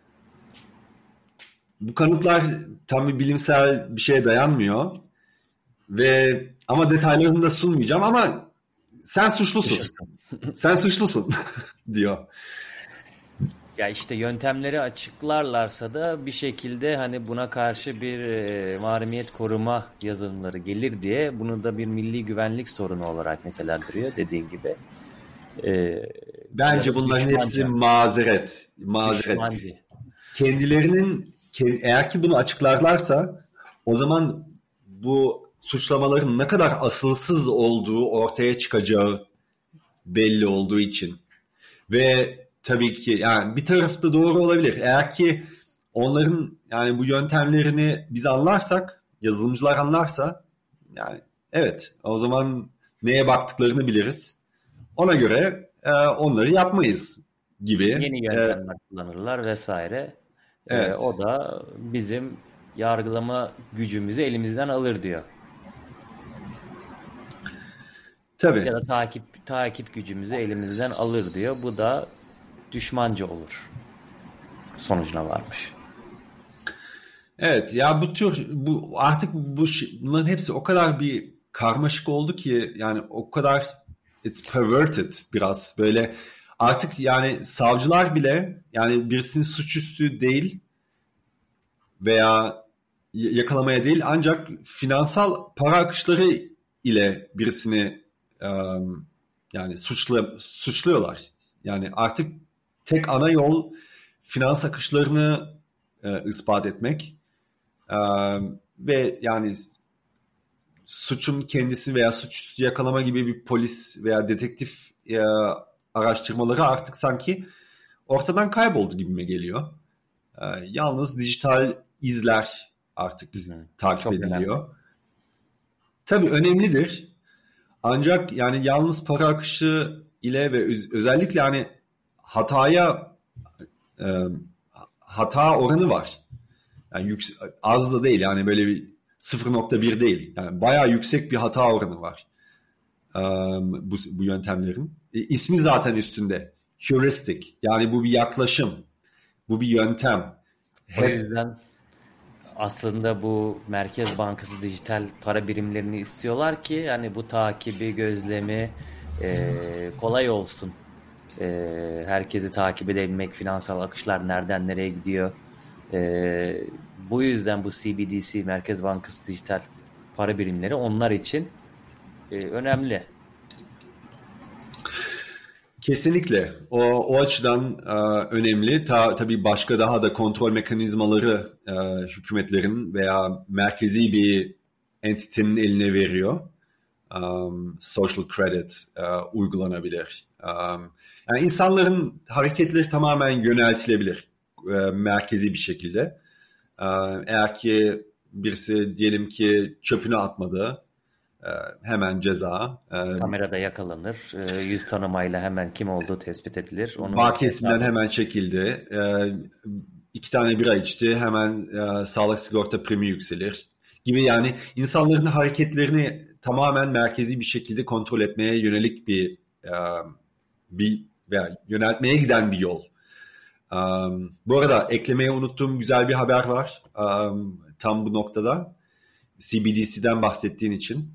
Bu kanıtlar tam bir bilimsel bir şeye dayanmıyor. Ve ama detaylarını da sunmayacağım ama sen suçlusun. Sen suçlusun diyor. Ya işte yöntemleri açıklarlarsa da bir şekilde hani buna karşı bir e, mahremiyet koruma yazılımları gelir diye bunu da bir milli güvenlik sorunu olarak nitelendiriyor dediğin gibi. E, Bence bunların düşmanca. hepsi mazeret. Mazeret. Düşmancı. Kendilerinin eğer ki bunu açıklarlarsa o zaman bu suçlamaların ne kadar asılsız olduğu ortaya çıkacağı belli olduğu için. Ve tabii ki yani bir tarafta doğru olabilir. Eğer ki onların yani bu yöntemlerini biz anlarsak, yazılımcılar anlarsa yani evet o zaman neye baktıklarını biliriz. Ona göre e, onları yapmayız gibi. Yeni yöntemler e, kullanırlar vesaire. Evet. E, o da bizim yargılama gücümüzü elimizden alır diyor. Tabii. Ya da takip takip gücümüzü elimizden alır diyor. Bu da düşmanca olur. Sonucuna varmış. Evet ya bu tür bu artık bu bunların hepsi o kadar bir karmaşık oldu ki yani o kadar it's perverted biraz böyle artık yani savcılar bile yani birisinin suçüstü değil veya yakalamaya değil ancak finansal para akışları ile birisini um, yani suçlu, suçluyorlar. Yani artık tek ana yol finans akışlarını e, ispat etmek e, ve yani suçun kendisi veya suçüstü yakalama gibi bir polis veya detektif e, araştırmaları artık sanki ortadan kayboldu gibime geliyor. E, yalnız dijital izler artık hı hı. takip Çok ediliyor. Önemli. Tabii önemlidir. Ancak yani yalnız para akışı ile ve öz- özellikle hani hataya e, hata oranı var. Yani yüksek, az da değil yani böyle bir sıfır nokta bir değil. Yani bayağı yüksek bir hata oranı var e, bu, bu yöntemlerin. E, ismi zaten üstünde. Heuristic. Yani bu bir yaklaşım. Bu bir yöntem. O Hep... yüzden aslında bu Merkez Bankası dijital para birimlerini istiyorlar ki yani bu takibi, gözlemi e, kolay olsun. E, herkesi takip edebilmek, finansal akışlar nereden nereye gidiyor. E, bu yüzden bu C B D C, Merkez Bankası dijital para birimleri onlar için e, önemli. Kesinlikle. O, o açıdan e, önemli. Ta, tabii başka daha da kontrol mekanizmaları e, hükümetlerin veya merkezi bir entitenin eline veriyor. um, social credit uh, uygulanabilir. Um, yani insanların hareketleri tamamen yöneltilebilir uh, merkezi bir şekilde. Uh, eğer ki birisi diyelim ki çöpünü atmadı, uh, hemen ceza. Uh, Kamerada yakalanır, uh, yüz tanımayla hemen kim olduğu tespit edilir. Onun Bakiyesinden hemen çekildi. Uh, iki tane bira içti, hemen uh, sağlık sigorta primi yükselir gibi, yani insanların hareketlerini tamamen merkezi bir şekilde kontrol etmeye yönelik bir uh, bir veya yöneltmeye giden bir yol. Um, bu arada eklemeye unuttuğum güzel bir haber var. Um, tam bu noktada C B D C'den bahsettiğin için.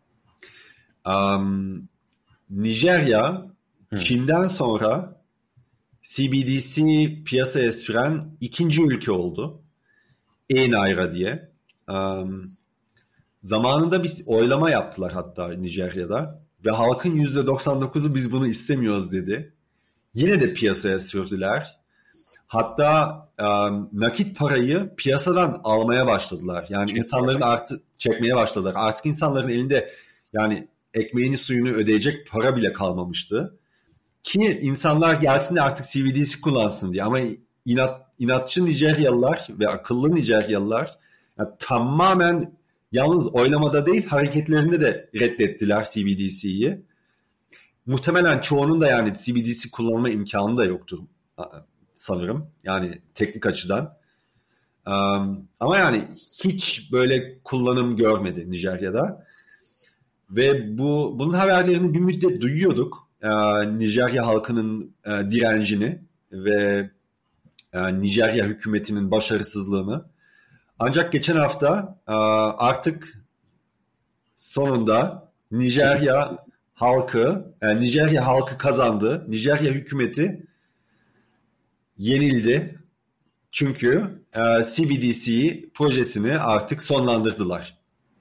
Um, Nijerya, hmm. Çin'den sonra C B D C piyasaya süren ikinci ülke oldu. E-Naira diye. Um, zamanında bir oylama yaptılar hatta Nijerya'da ve halkın yüzde doksan dokuzu biz bunu istemiyoruz dedi. Yine de piyasaya sürdüler. Hatta um, nakit parayı piyasadan almaya başladılar. Yani çekmeye insanların artık çekmeye başladılar. Artık insanların elinde yani ekmeğini suyunu ödeyecek para bile kalmamıştı. Ki insanlar gelsin de artık C B D C kullansın diye. Ama inat, inatçı Nijeryalılar ve akıllı Nijeryalılar yani tamamen yalnız oylamada değil hareketlerinde de reddettiler C B D C'yi. Muhtemelen çoğunun da yani C B D C kullanma imkanı da yoktur sanırım. Yani teknik açıdan. Um, ama yani hiç böyle kullanım görmedi Nijerya'da. Ve bu bunun haberlerini bir müddet duyuyorduk. Ee, Nijerya halkının e, direncini ve e, Nijerya hükümetinin başarısızlığını. Ancak geçen hafta e, artık sonunda Nijerya halkı, yani Nijerya halkı kazandı. Nijerya hükümeti yenildi. Çünkü e, C B D C projesini artık sonlandırdılar.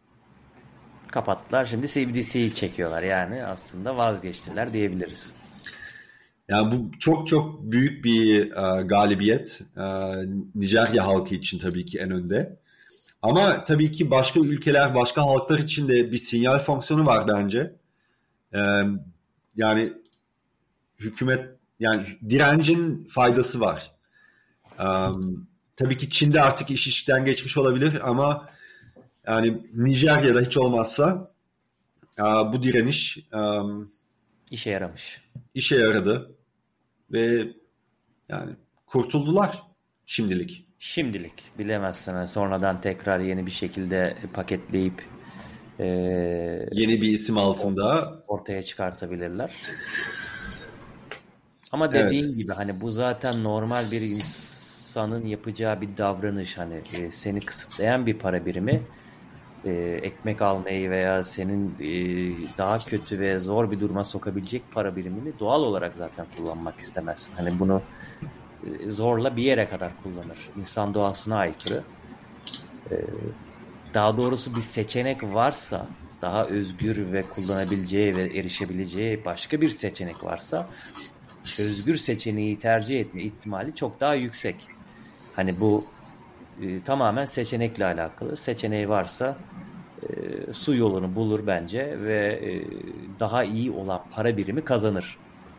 Kapattılar. Şimdi C B D C'yi çekiyorlar. Yani aslında vazgeçtiler diyebiliriz. Yani bu çok çok büyük bir e, galibiyet. E, Nijerya halkı için tabii ki en önde. Ama tabii ki başka ülkeler, başka halklar için de bir sinyal fonksiyonu var bence. E, yani hükümet, yani direncin faydası var. E, tabii ki Çin'de artık iş işten geçmiş olabilir ama yani Nijerya'da hiç olmazsa e, bu direniş e, işe yaramış. İşe yaradı ve yani kurtuldular şimdilik. Şimdilik bilemezsin. Sonradan tekrar yeni bir şekilde paketleyip e, yeni bir isim altında ortaya çıkartabilirler. Ama dediğin evet. gibi hani bu zaten normal bir insanın yapacağı bir davranış. Hani e, seni kısıtlayan bir para birimi e, ekmek almayı veya senin e, daha kötü ve zor bir duruma sokabilecek para birimini doğal olarak zaten kullanmak istemezsin. Hani bunu e, zorla bir yere kadar kullanır. İnsan doğasına aykırı. E, daha doğrusu bir seçenek varsa, daha özgür ve kullanabileceği ve erişebileceği başka bir seçenek varsa özgür seçeneği tercih etme ihtimali çok daha yüksek. Hani bu e, tamamen seçenekle alakalı. Seçeneği varsa e, su yolunu bulur bence ve e, daha iyi olan para birimi kazanır.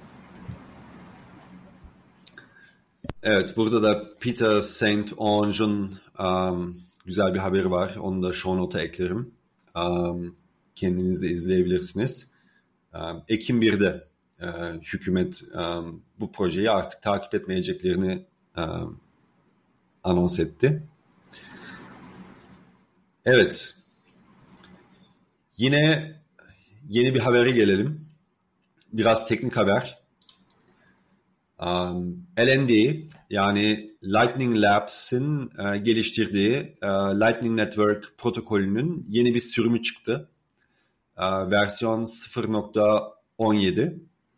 Evet, burada da Peter Saint Onge'un um, güzel bir haberi var. Onu da show note'a eklerim. Um, kendiniz de izleyebilirsiniz. Um, Ekim birde e, hükümet um, bu projeyi artık takip etmeyeceklerini um, anons etti. Evet. Yine yeni bir habere gelelim. Biraz teknik haber. Um, L N D yani Lightning Labs'in e, geliştirdiği e, Lightning Network protokolünün yeni bir sürümü çıktı. E, versiyon sıfır nokta on yedi.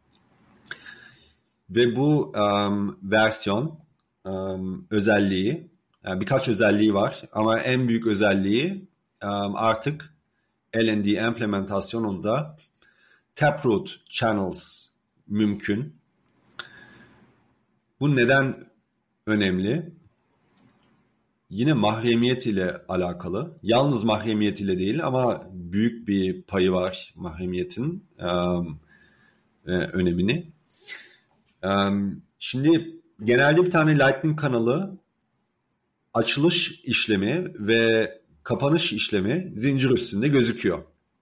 Ve bu um, versiyon um, özelliği, yani birkaç özelliği var ama en büyük özelliği um, artık L N D implementasyonunda Taproot Channels mümkün. Bu neden önemli? yine mahremiyet ile alakalı. Yalnız mahremiyet ile değil ama büyük bir payı var mahremiyetin e, e, önemini. E, şimdi genelde bir tane Lightning kanalı açılış işlemi ve kapanış işlemi zincir üstünde gözüküyor.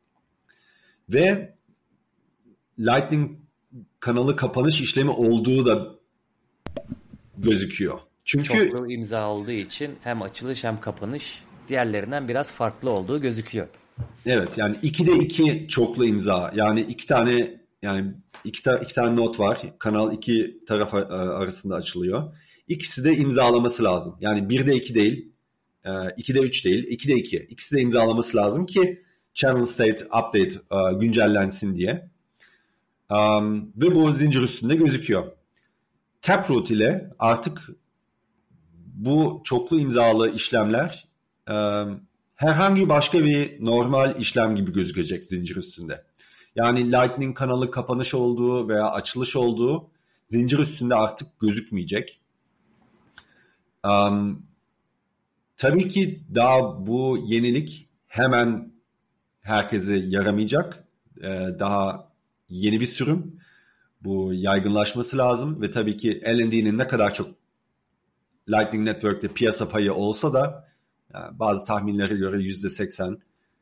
Ve Lightning kanalı kapanış işlemi olduğu da gözüküyor. Çünkü çoklu imza olduğu için hem açılış hem kapanış diğerlerinden biraz farklı olduğu gözüküyor. Evet, yani ikide iki çoklu imza. Yani iki tane yani iki, ta, iki tane not var. Kanal iki taraf arasında açılıyor. İkisi de imzalaması lazım. Yani birde iki değil, ikide üç değil, ikide iki. İkisi de imzalaması lazım ki channel state update güncellensin diye. Um, ve bu zincir üstünde gözüküyor. Taproot ile artık bu çoklu imzalı işlemler um, herhangi başka bir normal işlem gibi gözükecek zincir üstünde. Yani Lightning kanalı kapanış olduğu veya açılış olduğu zincir üstünde artık gözükmeyecek. Um, tabii ki daha bu yenilik hemen herkese yaramayacak. Ee, daha yeni bir sürüm. Bu yaygınlaşması lazım ve tabii ki L and D'nin ne kadar çok Lightning Network'te piyasa payı olsa da yani bazı tahminlere göre yüzde seksen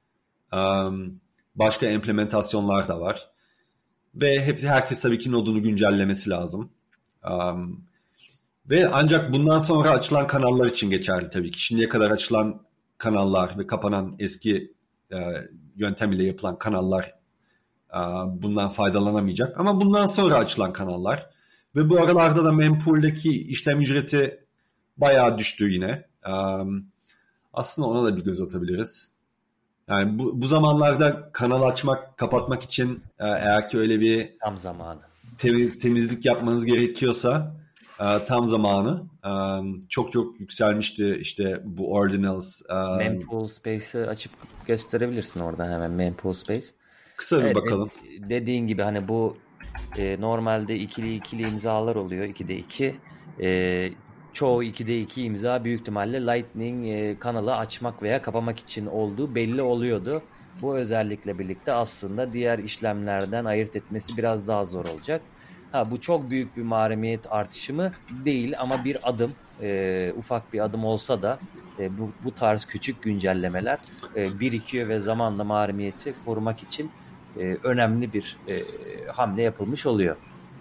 um, başka implementasyonlar da var. Ve hepsi herkes tabii ki nodunu güncellemesi lazım. Um, ve ancak bundan sonra açılan kanallar için geçerli tabii ki. Şimdiye kadar açılan kanallar ve kapanan eski e, yöntem ile yapılan kanallar e, bundan faydalanamayacak. Ama bundan sonra açılan kanallar ve bu aralarda da mempool'deki işlem ücreti bayağı düştü yine. E, aslında ona da bir göz atabiliriz. Yani bu, bu zamanlarda kanal açmak, kapatmak için e, eğer ki öyle bir tam zamanı. Temiz, temizlik yapmanız gerekiyorsa e, tam zamanı. E, çok çok yükselmişti işte bu ordinals. E, Mempool Space'i açıp gösterebilirsin oradan hemen Mempool Space. Kısa bir evet, bakalım. Dediğin gibi hani bu e, normalde ikili ikili imzalar oluyor. ikide iki. E, çoğu ikide iki imza büyük ihtimalle Lightning e, kanalı açmak veya kapamak için olduğu belli oluyordu. Bu özellikle birlikte aslında diğer işlemlerden ayırt etmesi biraz daha zor olacak. Ha, bu çok büyük bir mahremiyet artışı mı? Değil ama bir adım, e, ufak bir adım olsa da e, bu, bu tarz küçük güncellemeler e, birikiyor ve zamanla mahremiyeti korumak için e, önemli bir e, hamle yapılmış oluyor.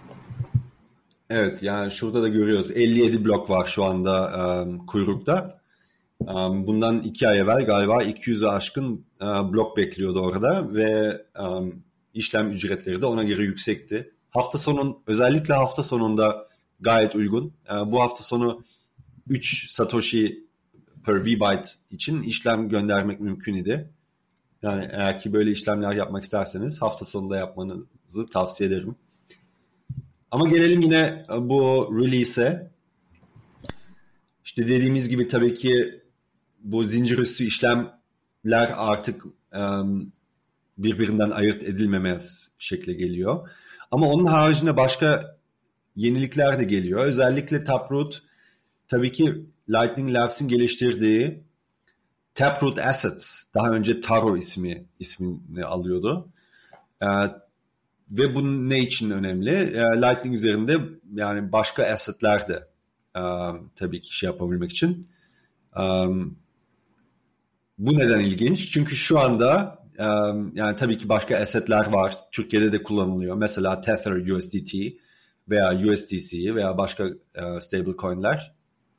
Evet, yani şurada da görüyoruz elli yedi blok var şu anda um, kuyrukta. Um, bundan iki ay evvel galiba iki yüze aşkın uh, blok bekliyordu orada ve um, işlem ücretleri de ona göre yüksekti. Hafta sonun özellikle hafta sonunda gayet uygun. Uh, bu hafta sonu üç Satoshi per V-byte için işlem göndermek mümkün idi. Yani eğer ki böyle işlemler yapmak isterseniz hafta sonunda yapmanızı tavsiye ederim. Ama gelelim yine bu release'e. İşte dediğimiz gibi tabii ki bu zincir üstü işlemler artık um, birbirinden ayırt edilmemez şekle geliyor. Ama onun haricinde başka yenilikler de geliyor. Özellikle Taproot tabii ki Lightning Labs'in geliştirdiği Taproot Assets, daha önce Taro ismi ismini alıyordu. Ee, ve bu ne için önemli? Ee, Lightning üzerinde yani başka assetler de e, tabii ki şey yapabilmek için. Um, bu neden ilginç? Çünkü şu anda um, yani tabii ki başka assetler var. Türkiye'de de kullanılıyor. Mesela Tether U S D T veya U S D C veya başka uh, stablecoin'ler.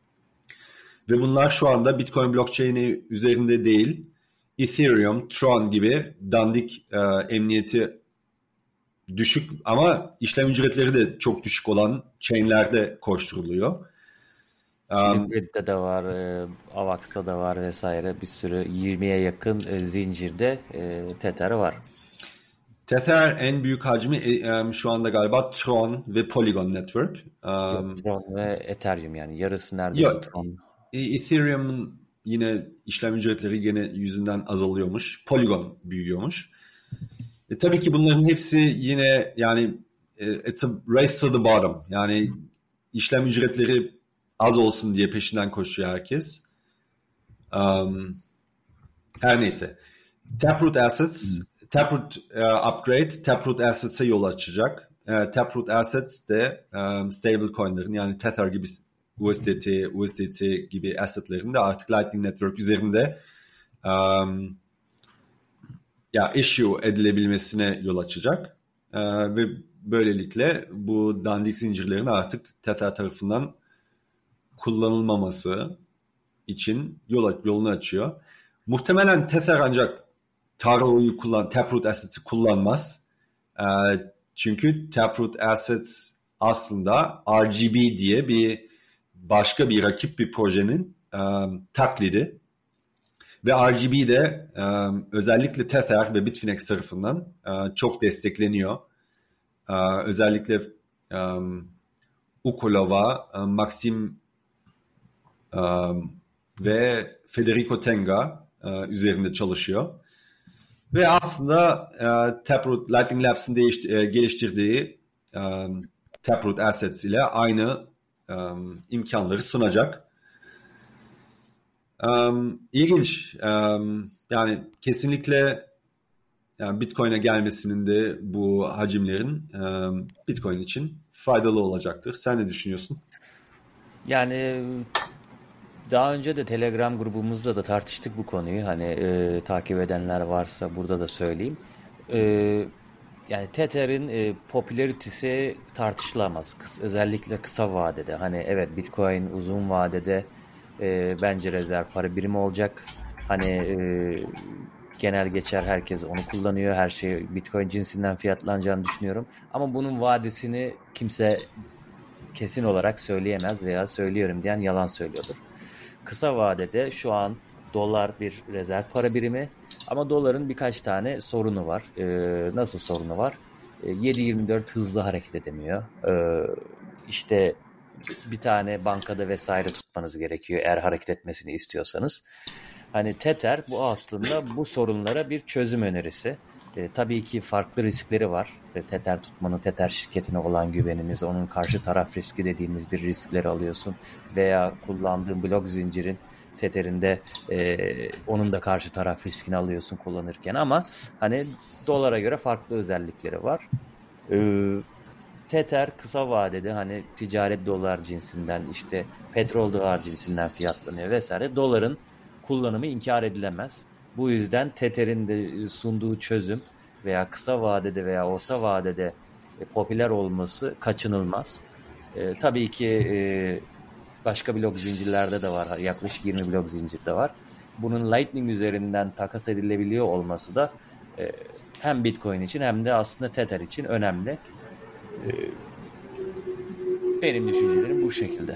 Ve bunlar şu anda Bitcoin blockchain'i üzerinde değil, Ethereum, Tron gibi dandik uh, emniyeti düşük ama işlem ücretleri de çok düşük olan chain'lerde koşturuluyor. Um, Liquid'de de var, e, Avax'ta da var vesaire, bir sürü yirmiye yakın e, zincirde e, Tether var. Tether en büyük hacmi e, şu anda galiba Tron ve Polygon Network. Um, Tron ve Ethereum yani yarısı neredeyse yok, Tron. Ethereum'un yine işlem ücretleri yine yüzünden azalıyormuş. Polygon büyüyormuş. E, tabii ki bunların hepsi yine yani it's a race to the bottom. Yani işlem ücretleri az olsun diye peşinden koşuyor herkes. Um, her neyse. Taproot Assets, hmm. Taproot uh, Upgrade, Taproot Assets'e yol açacak. Uh, Taproot Assets de um, stablecoin'lerin yani Tether gibi U S D T, U S D T gibi assetlerin de artık Lightning Network üzerinde um, ya issue edilebilmesine yol açacak. Uh, ve böylelikle bu dandik zincirlerin artık Tether tarafından kullanılmaması için yol, yolunu açıyor. Muhtemelen Tether ancak Taro'yu kullan, Taproot Assets'i kullanmaz. E, çünkü Taproot Assets aslında R G B diye bir başka bir rakip bir projenin e, taklidi. Ve R G B de e, özellikle Tether ve Bitfinex tarafından e, çok destekleniyor. E, özellikle e, Ukolova, e, Maxim e, ve Federico Tenga e, üzerinde çalışıyor. Ve aslında e, Taproot, Lightning Labs'in değiş, e, geliştirdiği e, Taproot Assets ile aynı e, imkanları sunacak. E, ilginç. E, yani kesinlikle yani Bitcoin'e gelmesinin de bu hacimlerin e, Bitcoin için faydalı olacaktır. Sen ne düşünüyorsun? Yani daha önce de Telegram grubumuzda da tartıştık bu konuyu. Hani e, takip edenler varsa burada da söyleyeyim. E, yani Tether'in e, popülaritesi tartışılamaz. Kıs, özellikle kısa vadede. Hani evet Bitcoin uzun vadede e, bence rezerv para birimi olacak. Hani e, genel geçer herkes onu kullanıyor. Her şey Bitcoin cinsinden fiyatlanacağını düşünüyorum. Ama bunun vadesini kimse kesin olarak söyleyemez veya söylüyorum diyen yalan söylüyordur. Kısa vadede şu an dolar bir rezerv para birimi ama doların birkaç tane sorunu var. Ee, nasıl sorunu var? Ee, yedi yirmi dört hızlı hareket edemiyor. Ee, işte bir tane bankada vesaire tutmanız gerekiyor eğer hareket etmesini istiyorsanız. Hani Tether bu aslında bu sorunlara bir çözüm önerisi. E, tabii ki farklı riskleri var. E, Tether tutmanın, Tether şirketine olan güveniniz, onun karşı taraf riski dediğimiz bir riskleri alıyorsun. Veya kullandığın blok zincirin Tether'inde e, onun da karşı taraf riskini alıyorsun kullanırken. Ama hani dolara göre farklı özellikleri var. E, Tether kısa vadede hani ticaret dolar cinsinden işte petrol dolar cinsinden fiyatlanıyor vesaire. Doların kullanımı inkar edilemez. Bu yüzden Tether'in de sunduğu çözüm veya kısa vadede veya orta vadede e, popüler olması kaçınılmaz. E, tabii ki e, başka blok zincirlerde de var. Yaklaşık yirmi blok zincirde var. Bunun Lightning üzerinden takas edilebiliyor olması da e, hem Bitcoin için hem de aslında Tether için önemli. E, benim düşüncelerim bu şekilde.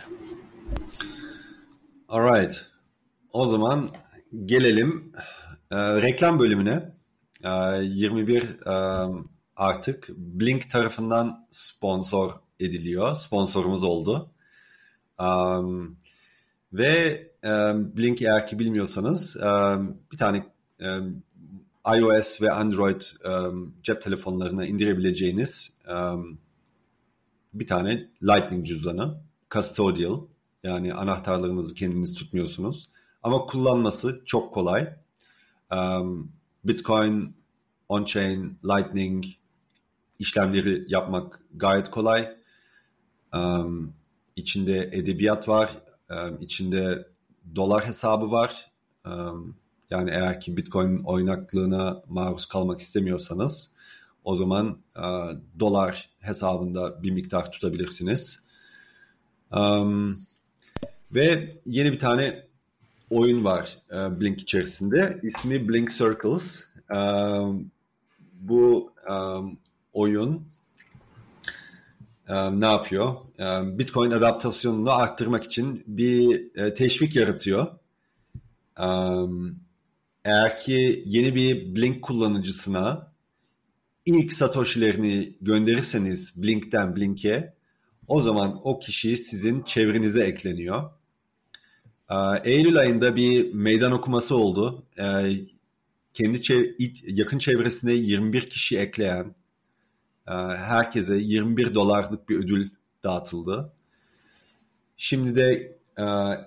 Alright. O zaman gelelim e, reklam bölümüne. E, yirmi bir e, artık Blink tarafından sponsor ediliyor. Sponsorumuz oldu. E, ve e, Blink eğer ki bilmiyorsanız e, bir tane e, iOS ve Android e, cep telefonlarına indirebileceğiniz e, bir tane Lightning cüzdanı. Custodial. Yani anahtarlarınızı kendiniz tutmuyorsunuz. Ama kullanması çok kolay. Um, Bitcoin, on-chain, Lightning işlemleri yapmak gayet kolay. Um, içinde edebiyat var. Um, içinde dolar hesabı var. Um, yani eğer ki Bitcoin oynaklığına maruz kalmak istemiyorsanız o zaman uh, dolar hesabında bir miktar tutabilirsiniz. Um, ve yeni bir tane oyun var e, Blink içerisinde. İsmi Blink Circles. E, bu e, oyun e, ne yapıyor? E, Bitcoin adaptasyonunu arttırmak için bir e, teşvik yaratıyor. E, eğer ki yeni bir Blink kullanıcısına ilk Satoshi'lerini gönderirseniz Blink'ten Blink'e o zaman o kişi sizin çevrenize ekleniyor. Eylül ayında bir meydan okuması oldu. Kendi çev- yakın çevresine yirmi bir kişi ekleyen herkese yirmi bir dolarlık bir ödül dağıtıldı. Şimdi de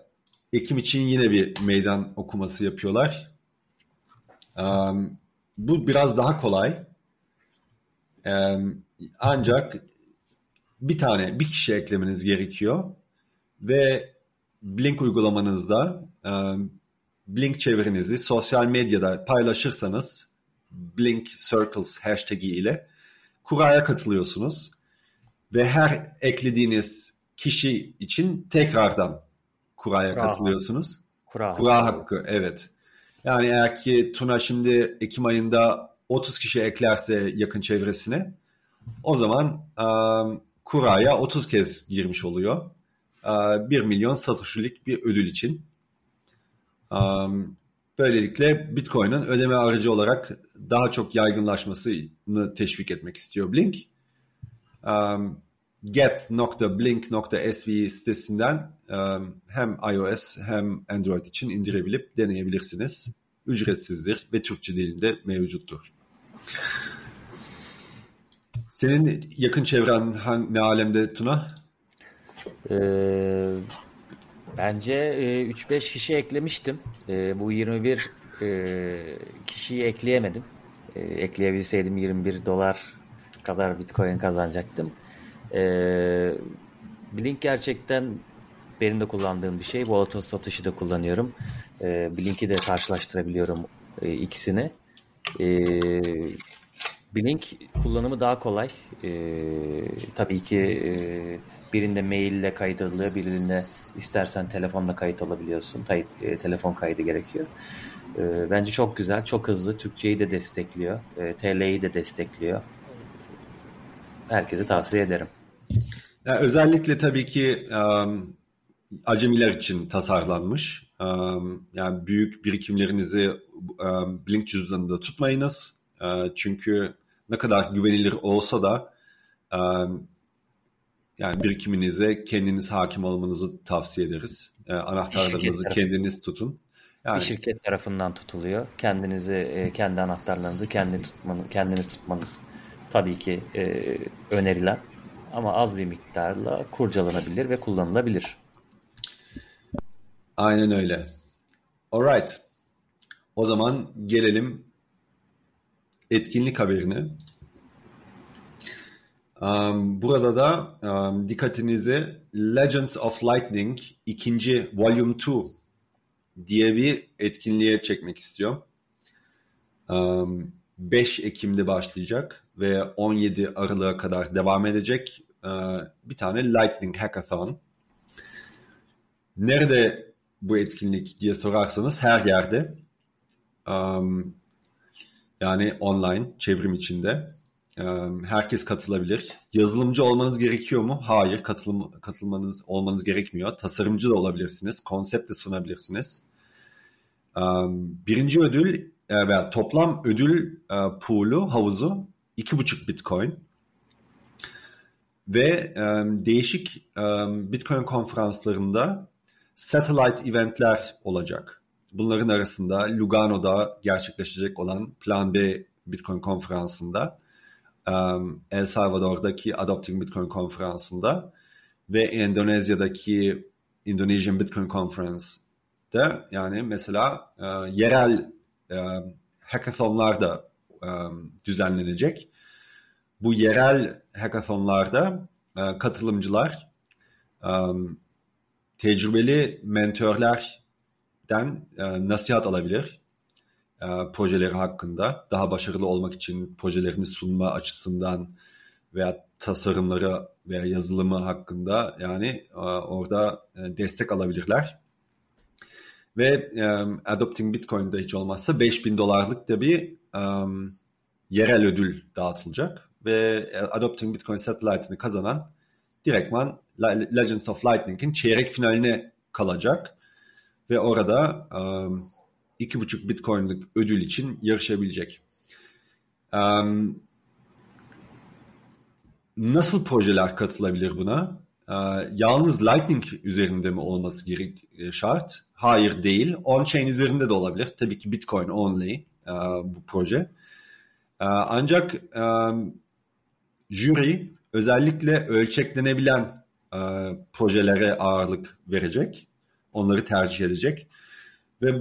Ekim için yine bir meydan okuması yapıyorlar. Um, bu biraz daha kolay. Um, ancak bir tane, bir kişi eklemeniz gerekiyor. Ve Blink uygulamanızda um, Blink çevrenizi sosyal medyada paylaşırsanız Blink Circles hashtag'i ile kuraya katılıyorsunuz. Ve her eklediğiniz kişi için tekrardan kuraya Kura katılıyorsunuz. Kura Kura hakkı. hakkı, evet. Yani eğer ki Tuna şimdi Ekim ayında otuz kişi eklerse yakın çevresine, o zaman um, kuraya otuz kez girmiş oluyor. Uh, bir milyon satışlık bir ödül için. Um, böylelikle Bitcoin'in ödeme aracı olarak daha çok yaygınlaşmasını teşvik etmek istiyor Blink. Um, get nokta blink nokta s v sitesinden um, hem iOS hem Android için indirebilip deneyebilirsiniz. Ücretsizdir ve Türkçe dilinde mevcuttur. Senin yakın çevren hangi, ne alemde Tuna? Ee, bence e, üç beş kişi eklemiştim. E, bu yirmi bir e, kişiyi ekleyemedim. E, ekleyebilseydim yirmi bir dolar kadar Bitcoin kazanacaktım. E, Blink gerçekten benim de kullandığım bir şey. Volatil satışı da kullanıyorum. E, Blink'i de karşılaştırabiliyorum e, ikisini. E, Blink kullanımı daha kolay. E, tabii ki e, birinde maille kayıt ediliyor, birinde istersen telefonla kayıt olabiliyorsun. Kayıt, e, telefon kaydı gerekiyor. E, bence çok güzel, çok hızlı. Türkçeyi de destekliyor, e, T L'yi de destekliyor. Herkese tavsiye ederim. Yani özellikle tabii ki um, acemiler için tasarlanmış. Um, yani büyük birikimlerinizi um, Blink cüzdanında tutmayınız. Uh, çünkü ne kadar güvenilir olsa da um, yani birikiminize kendiniz hakim olmanızı tavsiye ederiz. Uh, anahtarlarınızı kendiniz tutun. Yani, bir şirket tarafından tutuluyor. Kendinizi, e, kendi anahtarlarınızı kendi tutmanız, kendiniz tutmanız tabii ki e, önerilen, ama az bir miktarla kurcalanabilir ve kullanılabilir. Aynen öyle. Alright. O zaman gelelim etkinlik haberine. Um, burada da um, dikkatinizi Legends of Lightning ikinci Volume iki diye bir etkinliğe çekmek istiyorum. Um, beş Ekim'de başlayacak ve on yedi Aralık'a kadar devam edecek uh, bir tane Lightning Hackathon. Nerede bu etkinlik diye sorarsanız her yerde. Um, yani online, çevrim içinde. Um, herkes katılabilir. Yazılımcı olmanız gerekiyor mu? Hayır, katılım, katılmanız olmanız gerekmiyor. Tasarımcı da olabilirsiniz, konsept de sunabilirsiniz. Um, birinci ödül veya toplam ödül uh, pool'u, havuzu iki buçuk Bitcoin. Ve um, değişik um, Bitcoin konferanslarında satellite eventler olacak. Bunların arasında Lugano'da gerçekleşecek olan Plan B Bitcoin konferansında, um, El Salvador'daki Adopting Bitcoin konferansında ve Endonezya'daki Indonesian Bitcoin Conference'da, yani mesela uh, yerel uh, hackathonlar da um, düzenlenecek. Bu yerel hackathonlarda uh, katılımcılar um, tecrübeli mentörlerden uh, nasihat alabilir. Uh, projeleri hakkında daha başarılı olmak için projelerini sunma açısından veya tasarımları veya yazılımı hakkında, yani uh, orada uh, destek alabilirler. Ve um, Adopting Bitcoin'de hiç olmazsa beş bin dolarlık da bir um, yerel ödül dağıtılacak. Ve Adopting Bitcoin Satellite'ını kazanan direktman Legends of Lightning'in çeyrek finaline kalacak. Ve orada um, iki buçuk Bitcoin'lik ödül için yarışabilecek. Um, nasıl projeler katılabilir buna? Uh, yalnız Lightning üzerinde mi olması gerek şart? Hayır, değil. On-chain üzerinde de olabilir. Tabii ki Bitcoin only uh, bu proje. Uh, ancak um, jüri özellikle ölçeklenebilen uh, projelere ağırlık verecek. onları tercih edecek. Ve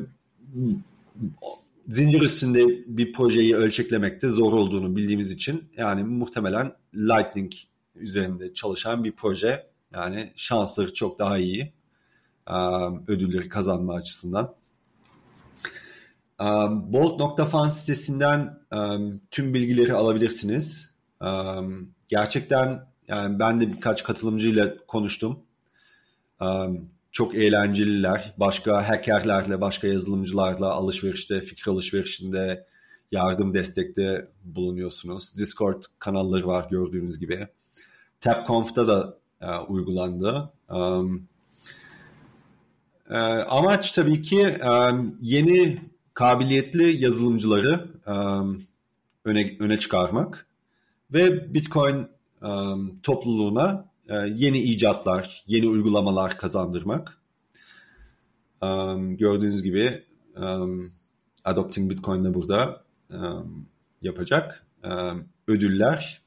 zincir üstünde bir projeyi ölçeklemekte zor olduğunu bildiğimiz için yani muhtemelen Lightning üzerinde çalışan bir proje. Yani şansları çok daha iyi ödülleri kazanma açısından. Bolt nokta fan sitesinden tüm bilgileri alabilirsiniz. Gerçekten yani ben de birkaç katılımcıyla konuştum. Çok eğlenceliler. Başka hackerlerle, başka yazılımcılarla alışverişte, fikir alışverişinde, yardım destekte bulunuyorsunuz. Discord kanalları var gördüğünüz gibi. TapConf'ta da uh, uygulandı. Um, uh, amaç tabii ki um, yeni kabiliyetli yazılımcıları um, öne, öne çıkarmak ve Bitcoin um, topluluğuna yeni icatlar, yeni uygulamalar kazandırmak. Um, gördüğünüz gibi um, Adopting Bitcoin de burada um, yapacak. Um, ödüller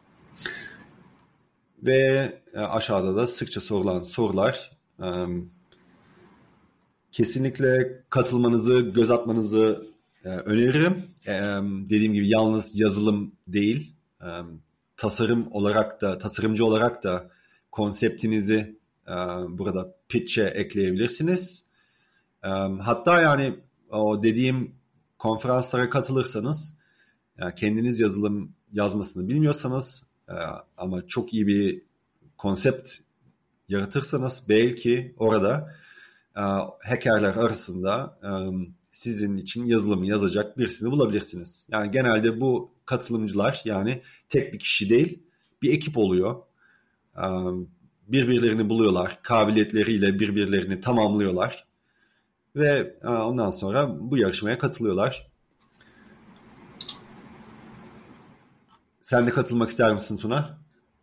ve aşağıda da sıkça sorulan sorular. Um, kesinlikle katılmanızı, göz atmanızı uh, öneririm. Um, dediğim gibi yalnız yazılım değil, um, tasarım olarak da, tasarımcı olarak da konseptinizi e, burada pitch'e ekleyebilirsiniz. E, hatta yani o dediğim konferanslara katılırsanız yani kendiniz yazılım yazmasını bilmiyorsanız e, ama çok iyi bir konsept yaratırsanız belki orada e, hackerler arasında e, sizin için yazılımı yazacak birisini bulabilirsiniz. Yani genelde bu katılımcılar yani tek bir kişi değil bir ekip oluyor. Birbirlerini buluyorlar. Kabiliyetleriyle birbirlerini tamamlıyorlar. Ve ondan sonra bu yarışmaya katılıyorlar. Sen de katılmak ister misin Tuna?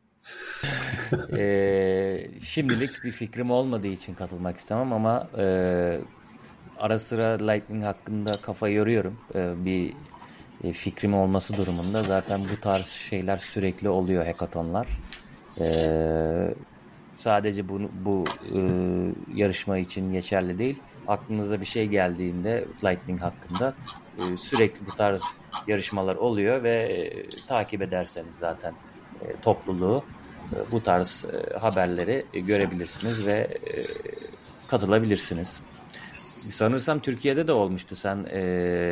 ee, şimdilik bir fikrim olmadığı için katılmak istemem ama e, ara sıra Lightning hakkında kafa yoruyorum. E, bir e, fikrim olması durumunda zaten bu tarz şeyler sürekli oluyor, hackathonlar. Ee, sadece bunu, bu e, yarışma için geçerli değil. Aklınıza bir şey geldiğinde Lightning hakkında e, sürekli bu tarz yarışmalar oluyor ve e, takip ederseniz zaten e, topluluğu e, bu tarz e, haberleri e, görebilirsiniz ve e, katılabilirsiniz. Sanırsam Türkiye'de de olmuştu. Sen e,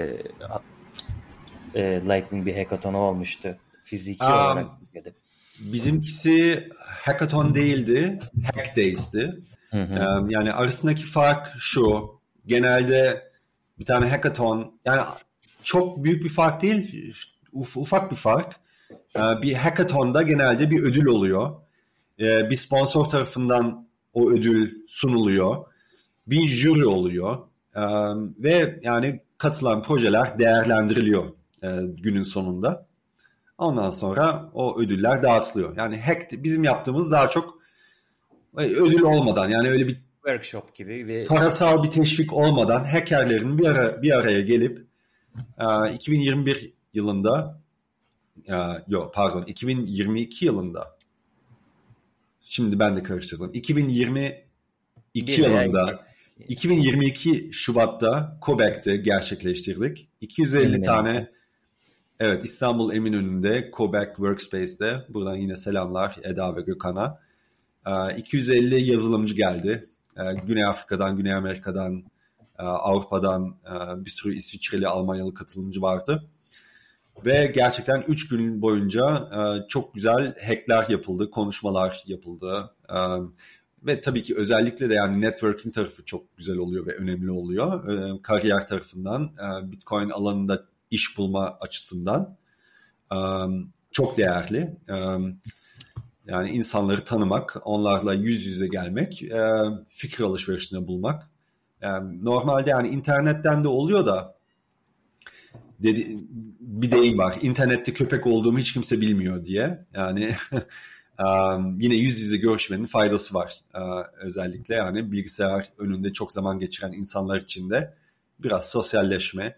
e, Lightning bir hackathonu olmuştu. Fiziki um, olarak Türkiye'de. Bizimkisi hackathon değildi, hack days'ti. Hı hı. Yani arasındaki fark şu, genelde bir tane hackathon, yani çok büyük bir fark değil, uf, ufak bir fark. Bir hackathon'da genelde bir ödül oluyor. Bir sponsor tarafından o ödül sunuluyor. Bir jüri oluyor. Ve yani katılan projeler değerlendiriliyor günün sonunda. Ondan sonra o ödüller dağıtılıyor. Yani hack, bizim yaptığımız daha çok ödül olmadan, yani öyle bir workshop gibi bir parasal bir teşvik olmadan hackerlerin bir ara bir araya gelip iki bin yirmi bir yılında yok pardon iki bin yirmi iki yılında şimdi ben de karıştırdım. iki bin yirmi iki yılında iki bin yirmi iki Şubat'ta Quebec'te gerçekleştirdik. iki yüz elli tane evet, İstanbul Eminönü'nde Quebec Workspace'te, buradan yine selamlar Eda ve Gökhan'a. iki yüz elli yazılımcı geldi. Güney Afrika'dan, Güney Amerika'dan, Avrupa'dan bir sürü İsviçreli, Almanyalı katılımcı vardı. Ve gerçekten üç gün boyunca çok güzel hackler yapıldı, konuşmalar yapıldı. Ve tabii ki özellikle de yani networking tarafı çok güzel oluyor ve önemli oluyor. Kariyer tarafından, Bitcoin alanında iş bulma açısından çok değerli. Yani insanları tanımak, onlarla yüz yüze gelmek, fikir alışverişinde bulmak. Normalde yani internetten de oluyor da dedi, bir deyim var. İnternette köpek olduğumu hiç kimse bilmiyor diye. Yani yine yüz yüze görüşmenin faydası var. Özellikle yani bilgisayar önünde çok zaman geçiren insanlar için de biraz sosyalleşme,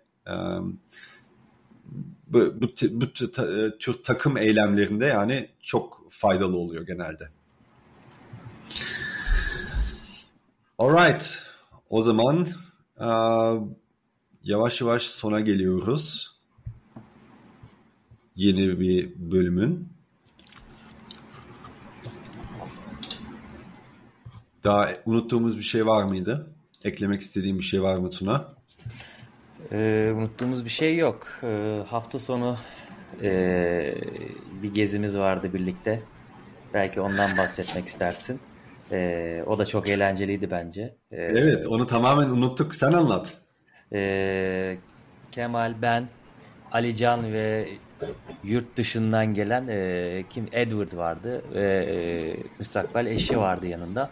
bu, bu, bu tür takım eylemlerinde yani çok faydalı oluyor genelde. Alright. o zaman e, yavaş yavaş sona geliyoruz. Yeni bir bölümün. Daha unuttuğumuz bir şey var mıydı? Eklemek istediğim bir şey var mı Tuna? Ee, unuttuğumuz bir şey yok. Ee, hafta sonu ee, bir gezimiz vardı birlikte. Belki ondan bahsetmek istersin. Ee, o da çok eğlenceliydi bence. Ee, Evet, onu tamamen unuttuk. Sen anlat. ee, Kemal, ben, Alican ve yurt dışından gelen ee, kim Edward vardı ve ee, müstakbel eşi vardı yanında.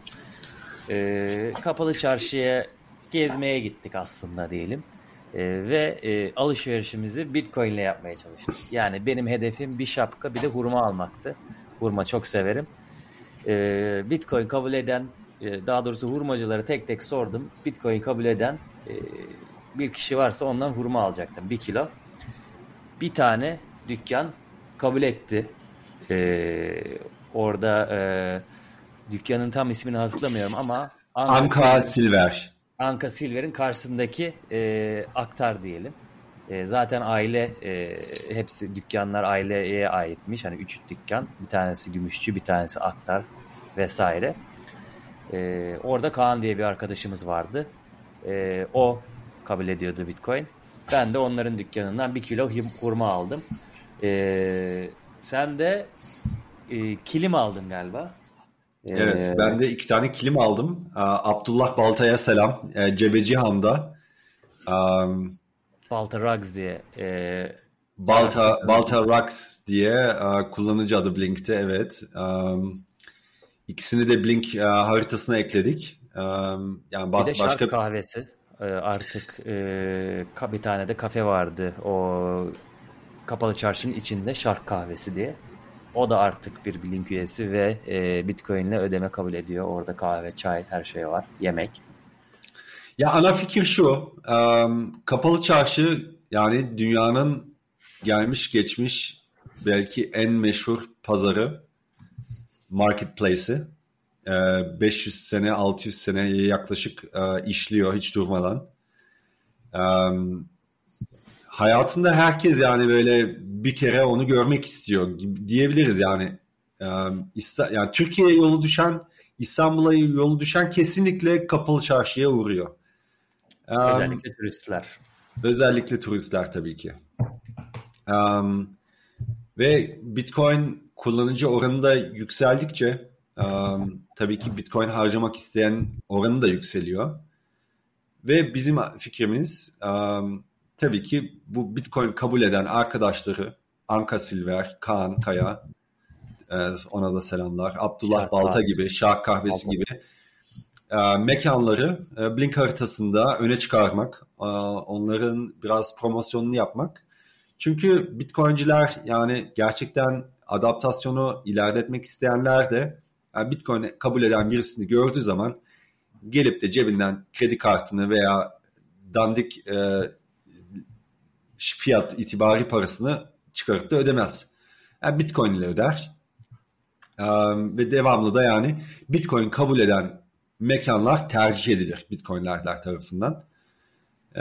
Ee, Kapalı Çarşı'ya gezmeye gittik aslında diyelim. Ee, ve e, alışverişimizi Bitcoin ile yapmaya çalıştık. Yani benim hedefim bir şapka bir de hurma almaktı. Hurma çok severim. Ee, Bitcoin kabul eden, e, daha doğrusu hurmacıları tek tek sordum. Bitcoin kabul eden e, bir kişi varsa ondan hurma alacaktım. Bir kilo. Bir tane dükkan kabul etti. Ee, orada e, dükkanın tam ismini hatırlamıyorum ama Anka, Anka Silver, Silver. Anka Silver'in karşısındaki e, aktar diyelim. E, zaten aile e, hepsi dükkanlar aileye aitmiş. Hani üç dükkan. Bir tanesi gümüşçü, bir tanesi aktar vesaire. E, orada Kaan diye bir arkadaşımız vardı. E, o kabul ediyordu Bitcoin. Ben de onların dükkanından bir kilo hurma aldım. E, sen de e, kilim aldın galiba. Evet, Ee, ben de iki tane kilim aldım. Aa, Abdullah Balta'ya selam. Ee, Cebecihan'da. Um, Balta Rugs diye. E, Balta Balta Rocks diye e, kullanıcı adı Blink'te, evet. Um, ikisini de Blink e, haritasına ekledik. Um, yani bir bas, de şark başka kahvesi. E, artık e, ka- bir tane de kafe vardı. O Kapalı Çarşı'nın içinde şark kahvesi diye. O da artık bir Blink üyesi ve e, Bitcoin ile ödeme kabul ediyor. Orada kahve, çay, her şey var. Yemek. Ya ana fikir şu. um, Kapalı Çarşı yani dünyanın gelmiş geçmiş belki en meşhur pazarı, marketplace'i. Ee, beş yüz sene, altı yüz seneye yaklaşık e, işliyor hiç durmadan. Um, hayatında herkes yani böyle bir kere onu görmek istiyor gibi diyebiliriz yani. Um, İsta- yani Türkiye'ye yolu düşen, İstanbul'a yolu düşen kesinlikle Kapalı Çarşı'ya uğruyor. Um, Özellikle turistler. özellikle turistler tabii ki. Um, ve Bitcoin kullanıcı oranı da yükseldikçe um, tabii ki Bitcoin harcamak isteyen oranı da yükseliyor. Ve bizim fikrimiz um, tabii ki bu Bitcoin kabul eden arkadaşları Anka Silver, Kaan Kaya, e, ona da selamlar, Abdullah Şark Balta kahvesi. gibi, Şark Kahvesi Balta. gibi e, mekanları e, Blink haritasında öne çıkarmak, e, onların biraz promosyonunu yapmak. Çünkü Bitcoinciler yani gerçekten adaptasyonu ilerletmek isteyenler de yani Bitcoin kabul eden birisini gördüğü zaman gelip de cebinden kredi kartını veya dandik e, fiyat itibari parasını çıkarıp da ödemez. Yani Bitcoin ile öder. E, ve devamlı da yani Bitcoin kabul eden mekanlar tercih edilir Bitcoinlerler tarafından. E,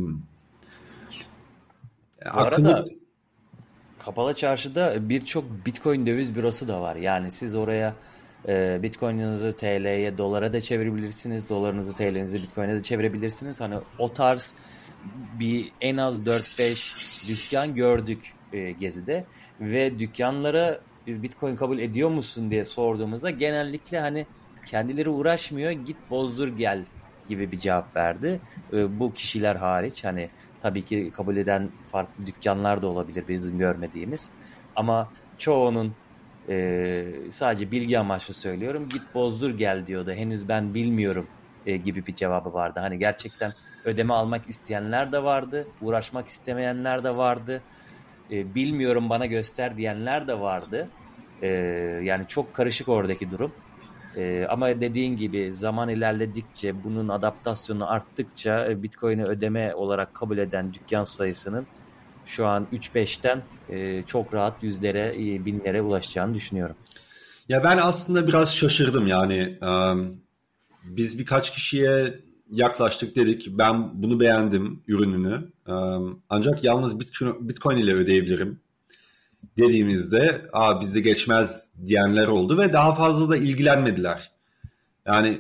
Bu arada Kapalı Çarşı'da birçok Bitcoin döviz bürosu da var. Yani siz oraya e, Bitcoin'inizi T L'ye, dolara da çevirebilirsiniz. Dolarınızı T L'nizi Bitcoin'e de çevirebilirsiniz. Hani o tarz bir en az dört beş dükkan gördük e, gezide. Ve dükkanlara biz Bitcoin kabul ediyor musun diye sorduğumuzda genellikle hani kendileri uğraşmıyor, git bozdur gel gibi bir cevap verdi. E, bu kişiler hariç hani tabii ki kabul eden farklı dükkanlar da olabilir bizim görmediğimiz. Ama çoğunun e, sadece bilgi amaçlı söylüyorum. Git bozdur gel diyordu. Henüz ben bilmiyorum e, gibi bir cevabı vardı. Hani gerçekten ödeme almak isteyenler de vardı. Uğraşmak istemeyenler de vardı. E, bilmiyorum bana göster diyenler de vardı. E, yani çok karışık oradaki durum. Ee, ama dediğin gibi zaman ilerledikçe bunun adaptasyonu arttıkça Bitcoin'i ödeme olarak kabul eden dükkan sayısının şu an üç beşten e, çok rahat yüzlere, e, binlere ulaşacağını düşünüyorum. Ya ben aslında biraz şaşırdım yani. Um, biz birkaç kişiye yaklaştık, dedik ben bunu beğendim ürününü. Ee, ancak yalnız Bitcoin, Bitcoin ile ödeyebilirim dediğimizde Aa, bizde geçmez diyenler oldu ve daha fazla da ilgilenmediler. Yani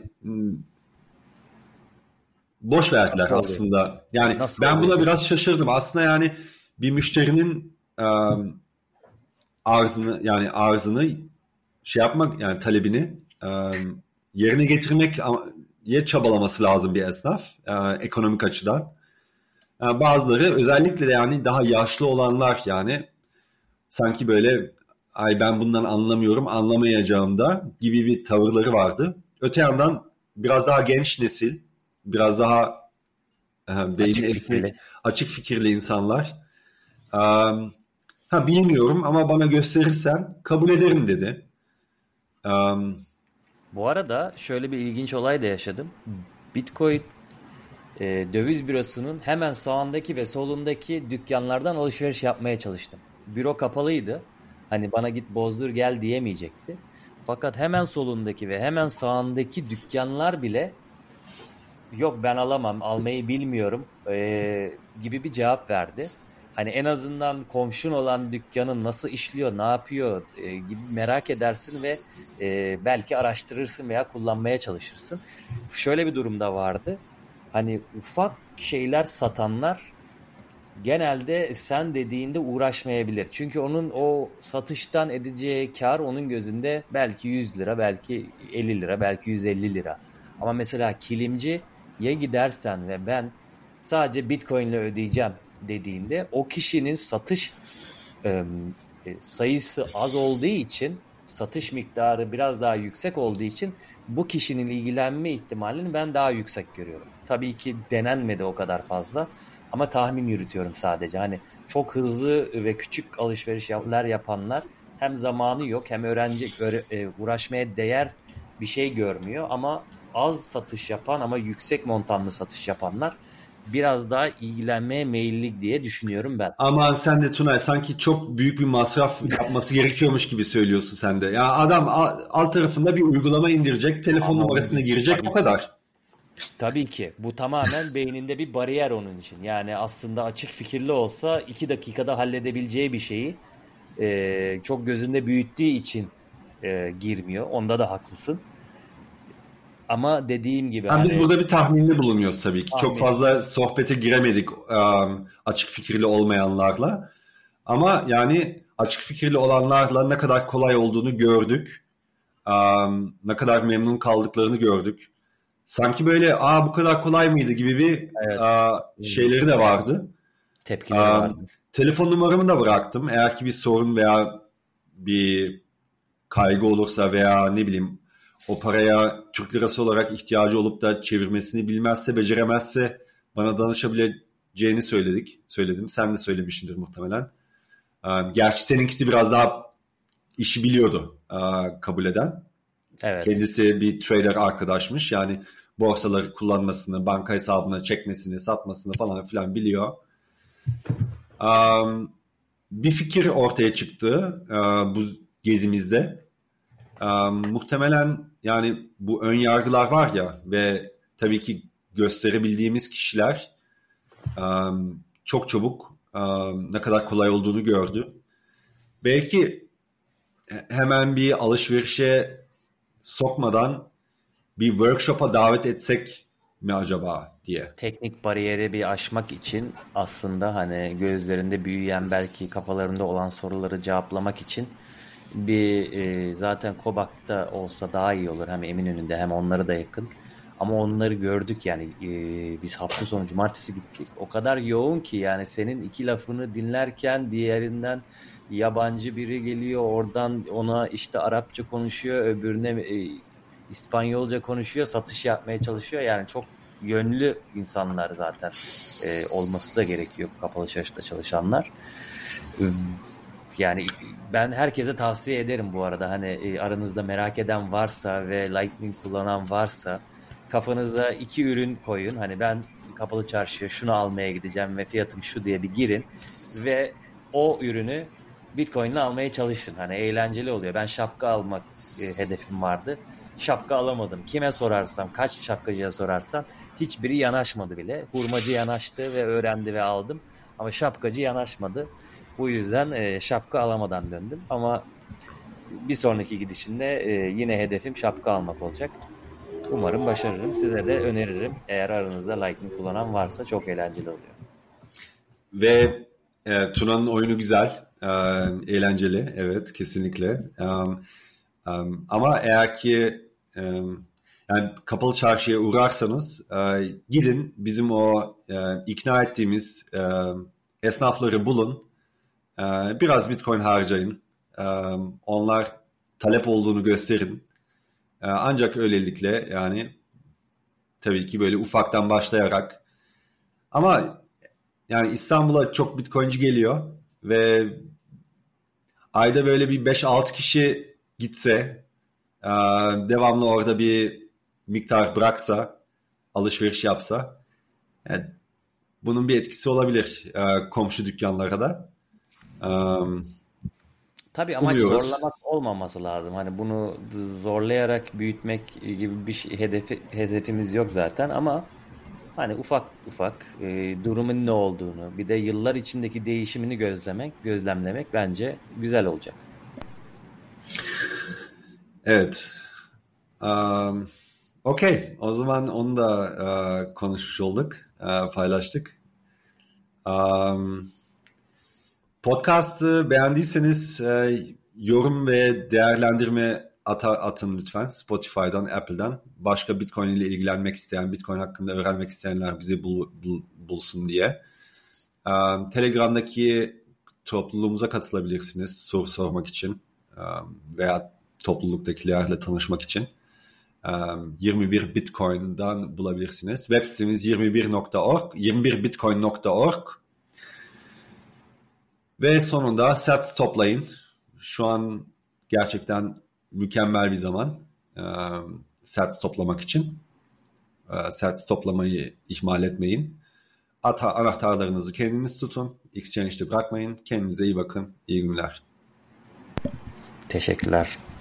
boş verdiler Nasıl aslında. Yani Nasıl ben buna oluyor? biraz şaşırdım. Aslında yani bir müşterinin e, arzını yani arzını şey yapmak yani talebini e, yerine getirmek ye çabalaması lazım bir esnaf e, ekonomik açıdan. Yani bazıları özellikle de yani daha yaşlı olanlar yani sanki böyle ay ben bundan anlamıyorum anlamayacağım da gibi bir tavırları vardı. Öte yandan biraz daha genç nesil, biraz daha e, beyni Açık esnek, fikirli. açık fikirli insanlar. E, ha bilmiyorum ama bana gösterirsen kabul ederim dedi. E, Bu arada şöyle bir ilginç olay da yaşadım. Bitcoin e, döviz bürosunun hemen sağındaki ve solundaki dükkanlardan alışveriş yapmaya çalıştım. Büro kapalıydı. Hani bana git bozdur gel diyemeyecekti. Fakat hemen solundaki ve hemen sağındaki dükkanlar bile yok ben alamam, almayı bilmiyorum e, gibi bir cevap verdi. Hani en azından komşun olan dükkanın nasıl işliyor, ne yapıyor e, gibi merak edersin ve e, belki araştırırsın veya kullanmaya çalışırsın. Şöyle bir durumda vardı. Hani ufak şeyler satanlar genelde sen dediğinde uğraşmayabilir. Çünkü onun o satıştan edeceği kar onun gözünde belki yüz lira, belki elli lira, belki yüz elli lira. Ama mesela kilimciye gidersen ve ben sadece Bitcoin ile ödeyeceğim dediğinde o kişinin satış e, sayısı az olduğu için, satış miktarı biraz daha yüksek olduğu için bu kişinin ilgilenme ihtimalini ben daha yüksek görüyorum. Tabii ki denenmedi o kadar fazla ama tahmin yürütüyorum sadece. Hani çok hızlı ve küçük alışverişler yapanlar hem zamanı yok hem öğrenci uğraşmaya değer bir şey görmüyor ama az satış yapan ama yüksek montanlı satış yapanlar biraz daha ilgilenmeye meyilli diye düşünüyorum ben. Aman sen de Tunay sanki çok büyük bir masraf yapması gerekiyormuş gibi söylüyorsun sen de. Ya adam alt tarafında bir uygulama indirecek, telefon Ama numarasına onun, girecek o tabii kadar. Tabii ki. Bu tamamen beyninde bir bariyer onun için. Yani aslında açık fikirli olsa iki dakikada halledebileceği bir şeyi e, çok gözünde büyüttüğü için e, girmiyor. Onda da haklısın. Ama dediğim gibi Yani biz hani burada bir tahminde bulunuyoruz tabii ki. Çok tahmin. fazla sohbete giremedik um, açık fikirli olmayanlarla. Ama yani açık fikirli olanlarla ne kadar kolay olduğunu gördük. Um, ne kadar memnun kaldıklarını gördük. Sanki böyle aa bu kadar kolay mıydı gibi bir Evet. aa, şeyleri de vardı. Tepkileri Um, vardı. telefon numaramı da bıraktım. Eğer ki bir sorun veya bir kaygı olursa veya ne bileyim o paraya Türk lirası olarak ihtiyacı olup da çevirmesini bilmezse, beceremezse bana danışabileceğini söyledik. Söyledim. Sen de söylemişsindir muhtemelen. Gerçi seninkisi biraz daha işi biliyordu kabul eden. Evet. Kendisi bir trader arkadaşmış. Yani borsaları kullanmasını, banka hesabına çekmesini, satmasını falan filan biliyor. Bir fikir ortaya çıktı bu gezimizde. Muhtemelen yani bu ön yargılar var ya ve tabii ki gösterebildiğimiz kişiler çok çabuk ne kadar kolay olduğunu gördü. Belki hemen bir alışverişe sokmadan bir workshop'a davet etsek mi acaba diye. Teknik bariyeri bir aşmak için aslında hani gözlerinde büyüyen belki kafalarında olan soruları cevaplamak için bir e, zaten Kobak'ta olsa daha iyi olur. Hem Eminönü'nde hem onları da yakın. Ama onları gördük yani e, biz hafta sonu cumartesi gittik. O kadar yoğun ki yani senin iki lafını dinlerken diğerinden yabancı biri geliyor. Oradan ona işte Arapça konuşuyor. Öbürüne e, İspanyolca konuşuyor. Satış yapmaya çalışıyor. Yani çok yönlü insanlar zaten e, olması da gerekiyor bu kapalı çarşıda çalışanlar. Yani ben herkese tavsiye ederim bu arada. Hani e, aranızda merak eden varsa ve Lightning kullanan varsa kafanıza iki ürün koyun. Hani ben kapalı çarşıya şunu almaya gideceğim ve fiyatım şu diye bir girin ve o ürünü Bitcoin'le almaya çalışın. Hani eğlenceli oluyor. Ben şapka almak e, hedefim vardı. Şapka alamadım. Kime sorarsam, kaç şapkacıya sorarsam hiçbiri yanaşmadı bile. Hurmacı yanaştı ve öğrendi ve aldım. Ama şapkacı yanaşmadı. Bu yüzden e, şapka alamadan döndüm. Ama bir sonraki gidişimde e, yine hedefim şapka almak olacak. Umarım başarırım. Size de öneririm. Eğer aranızda Lightning kullanan varsa çok eğlenceli oluyor. Ve e, Tuna'nın oyunu güzel. E, eğlenceli. Evet, kesinlikle. Um, um, ama eğer ki um, yani kapalı çarşıya uğrarsanız e, gidin bizim o e, ikna ettiğimiz e, esnafları bulun. E, biraz Bitcoin harcayın. E, onlar talep olduğunu gösterin. E, ancak öylelikle yani tabii ki böyle ufaktan başlayarak ama yani İstanbul'a çok Bitcoinci geliyor ve ayda böyle bir beş altı kişi gitse, e, devamlı orada bir miktar bıraksa, alışveriş yapsa, yani bunun bir etkisi olabilir e, komşu dükkanlara da. Um, Tabii amaç umuyoruz. zorlamak olmaması lazım. Hani bunu zorlayarak büyütmek gibi bir şey, hedefi, hedefimiz yok zaten ama hani ufak ufak e, durumun ne olduğunu, bir de yıllar içindeki değişimini gözlemek, gözlemlemek bence güzel olacak. Evet. Um, Okey. O zaman onu da e, konuşmuş olduk, e, paylaştık. Um, Podcast'ı beğendiyseniz e, yorum ve değerlendirme ata, atın lütfen Spotify'dan, Apple'dan. Başka Bitcoin ile ilgilenmek isteyen, Bitcoin hakkında öğrenmek isteyenler bizi bul, bul, bulsun diye. Um, Telegram'daki topluluğumuza katılabilirsiniz soru sormak için um, veya topluluktakilerle tanışmak için. Um, yirmi bir Bitcoin'dan bulabilirsiniz. Web sitemiz yirmi bir nokta org, yirmi bir bitcoin nokta org. Ve sonunda sats toplayın. Şu an gerçekten mükemmel bir zaman um, sats toplamak için. Uh, sats toplamayı ihmal etmeyin. Ata, anahtarlarınızı kendiniz tutun. Exchange'de bırakmayın. Kendinize iyi bakın. İyi günler. Teşekkürler.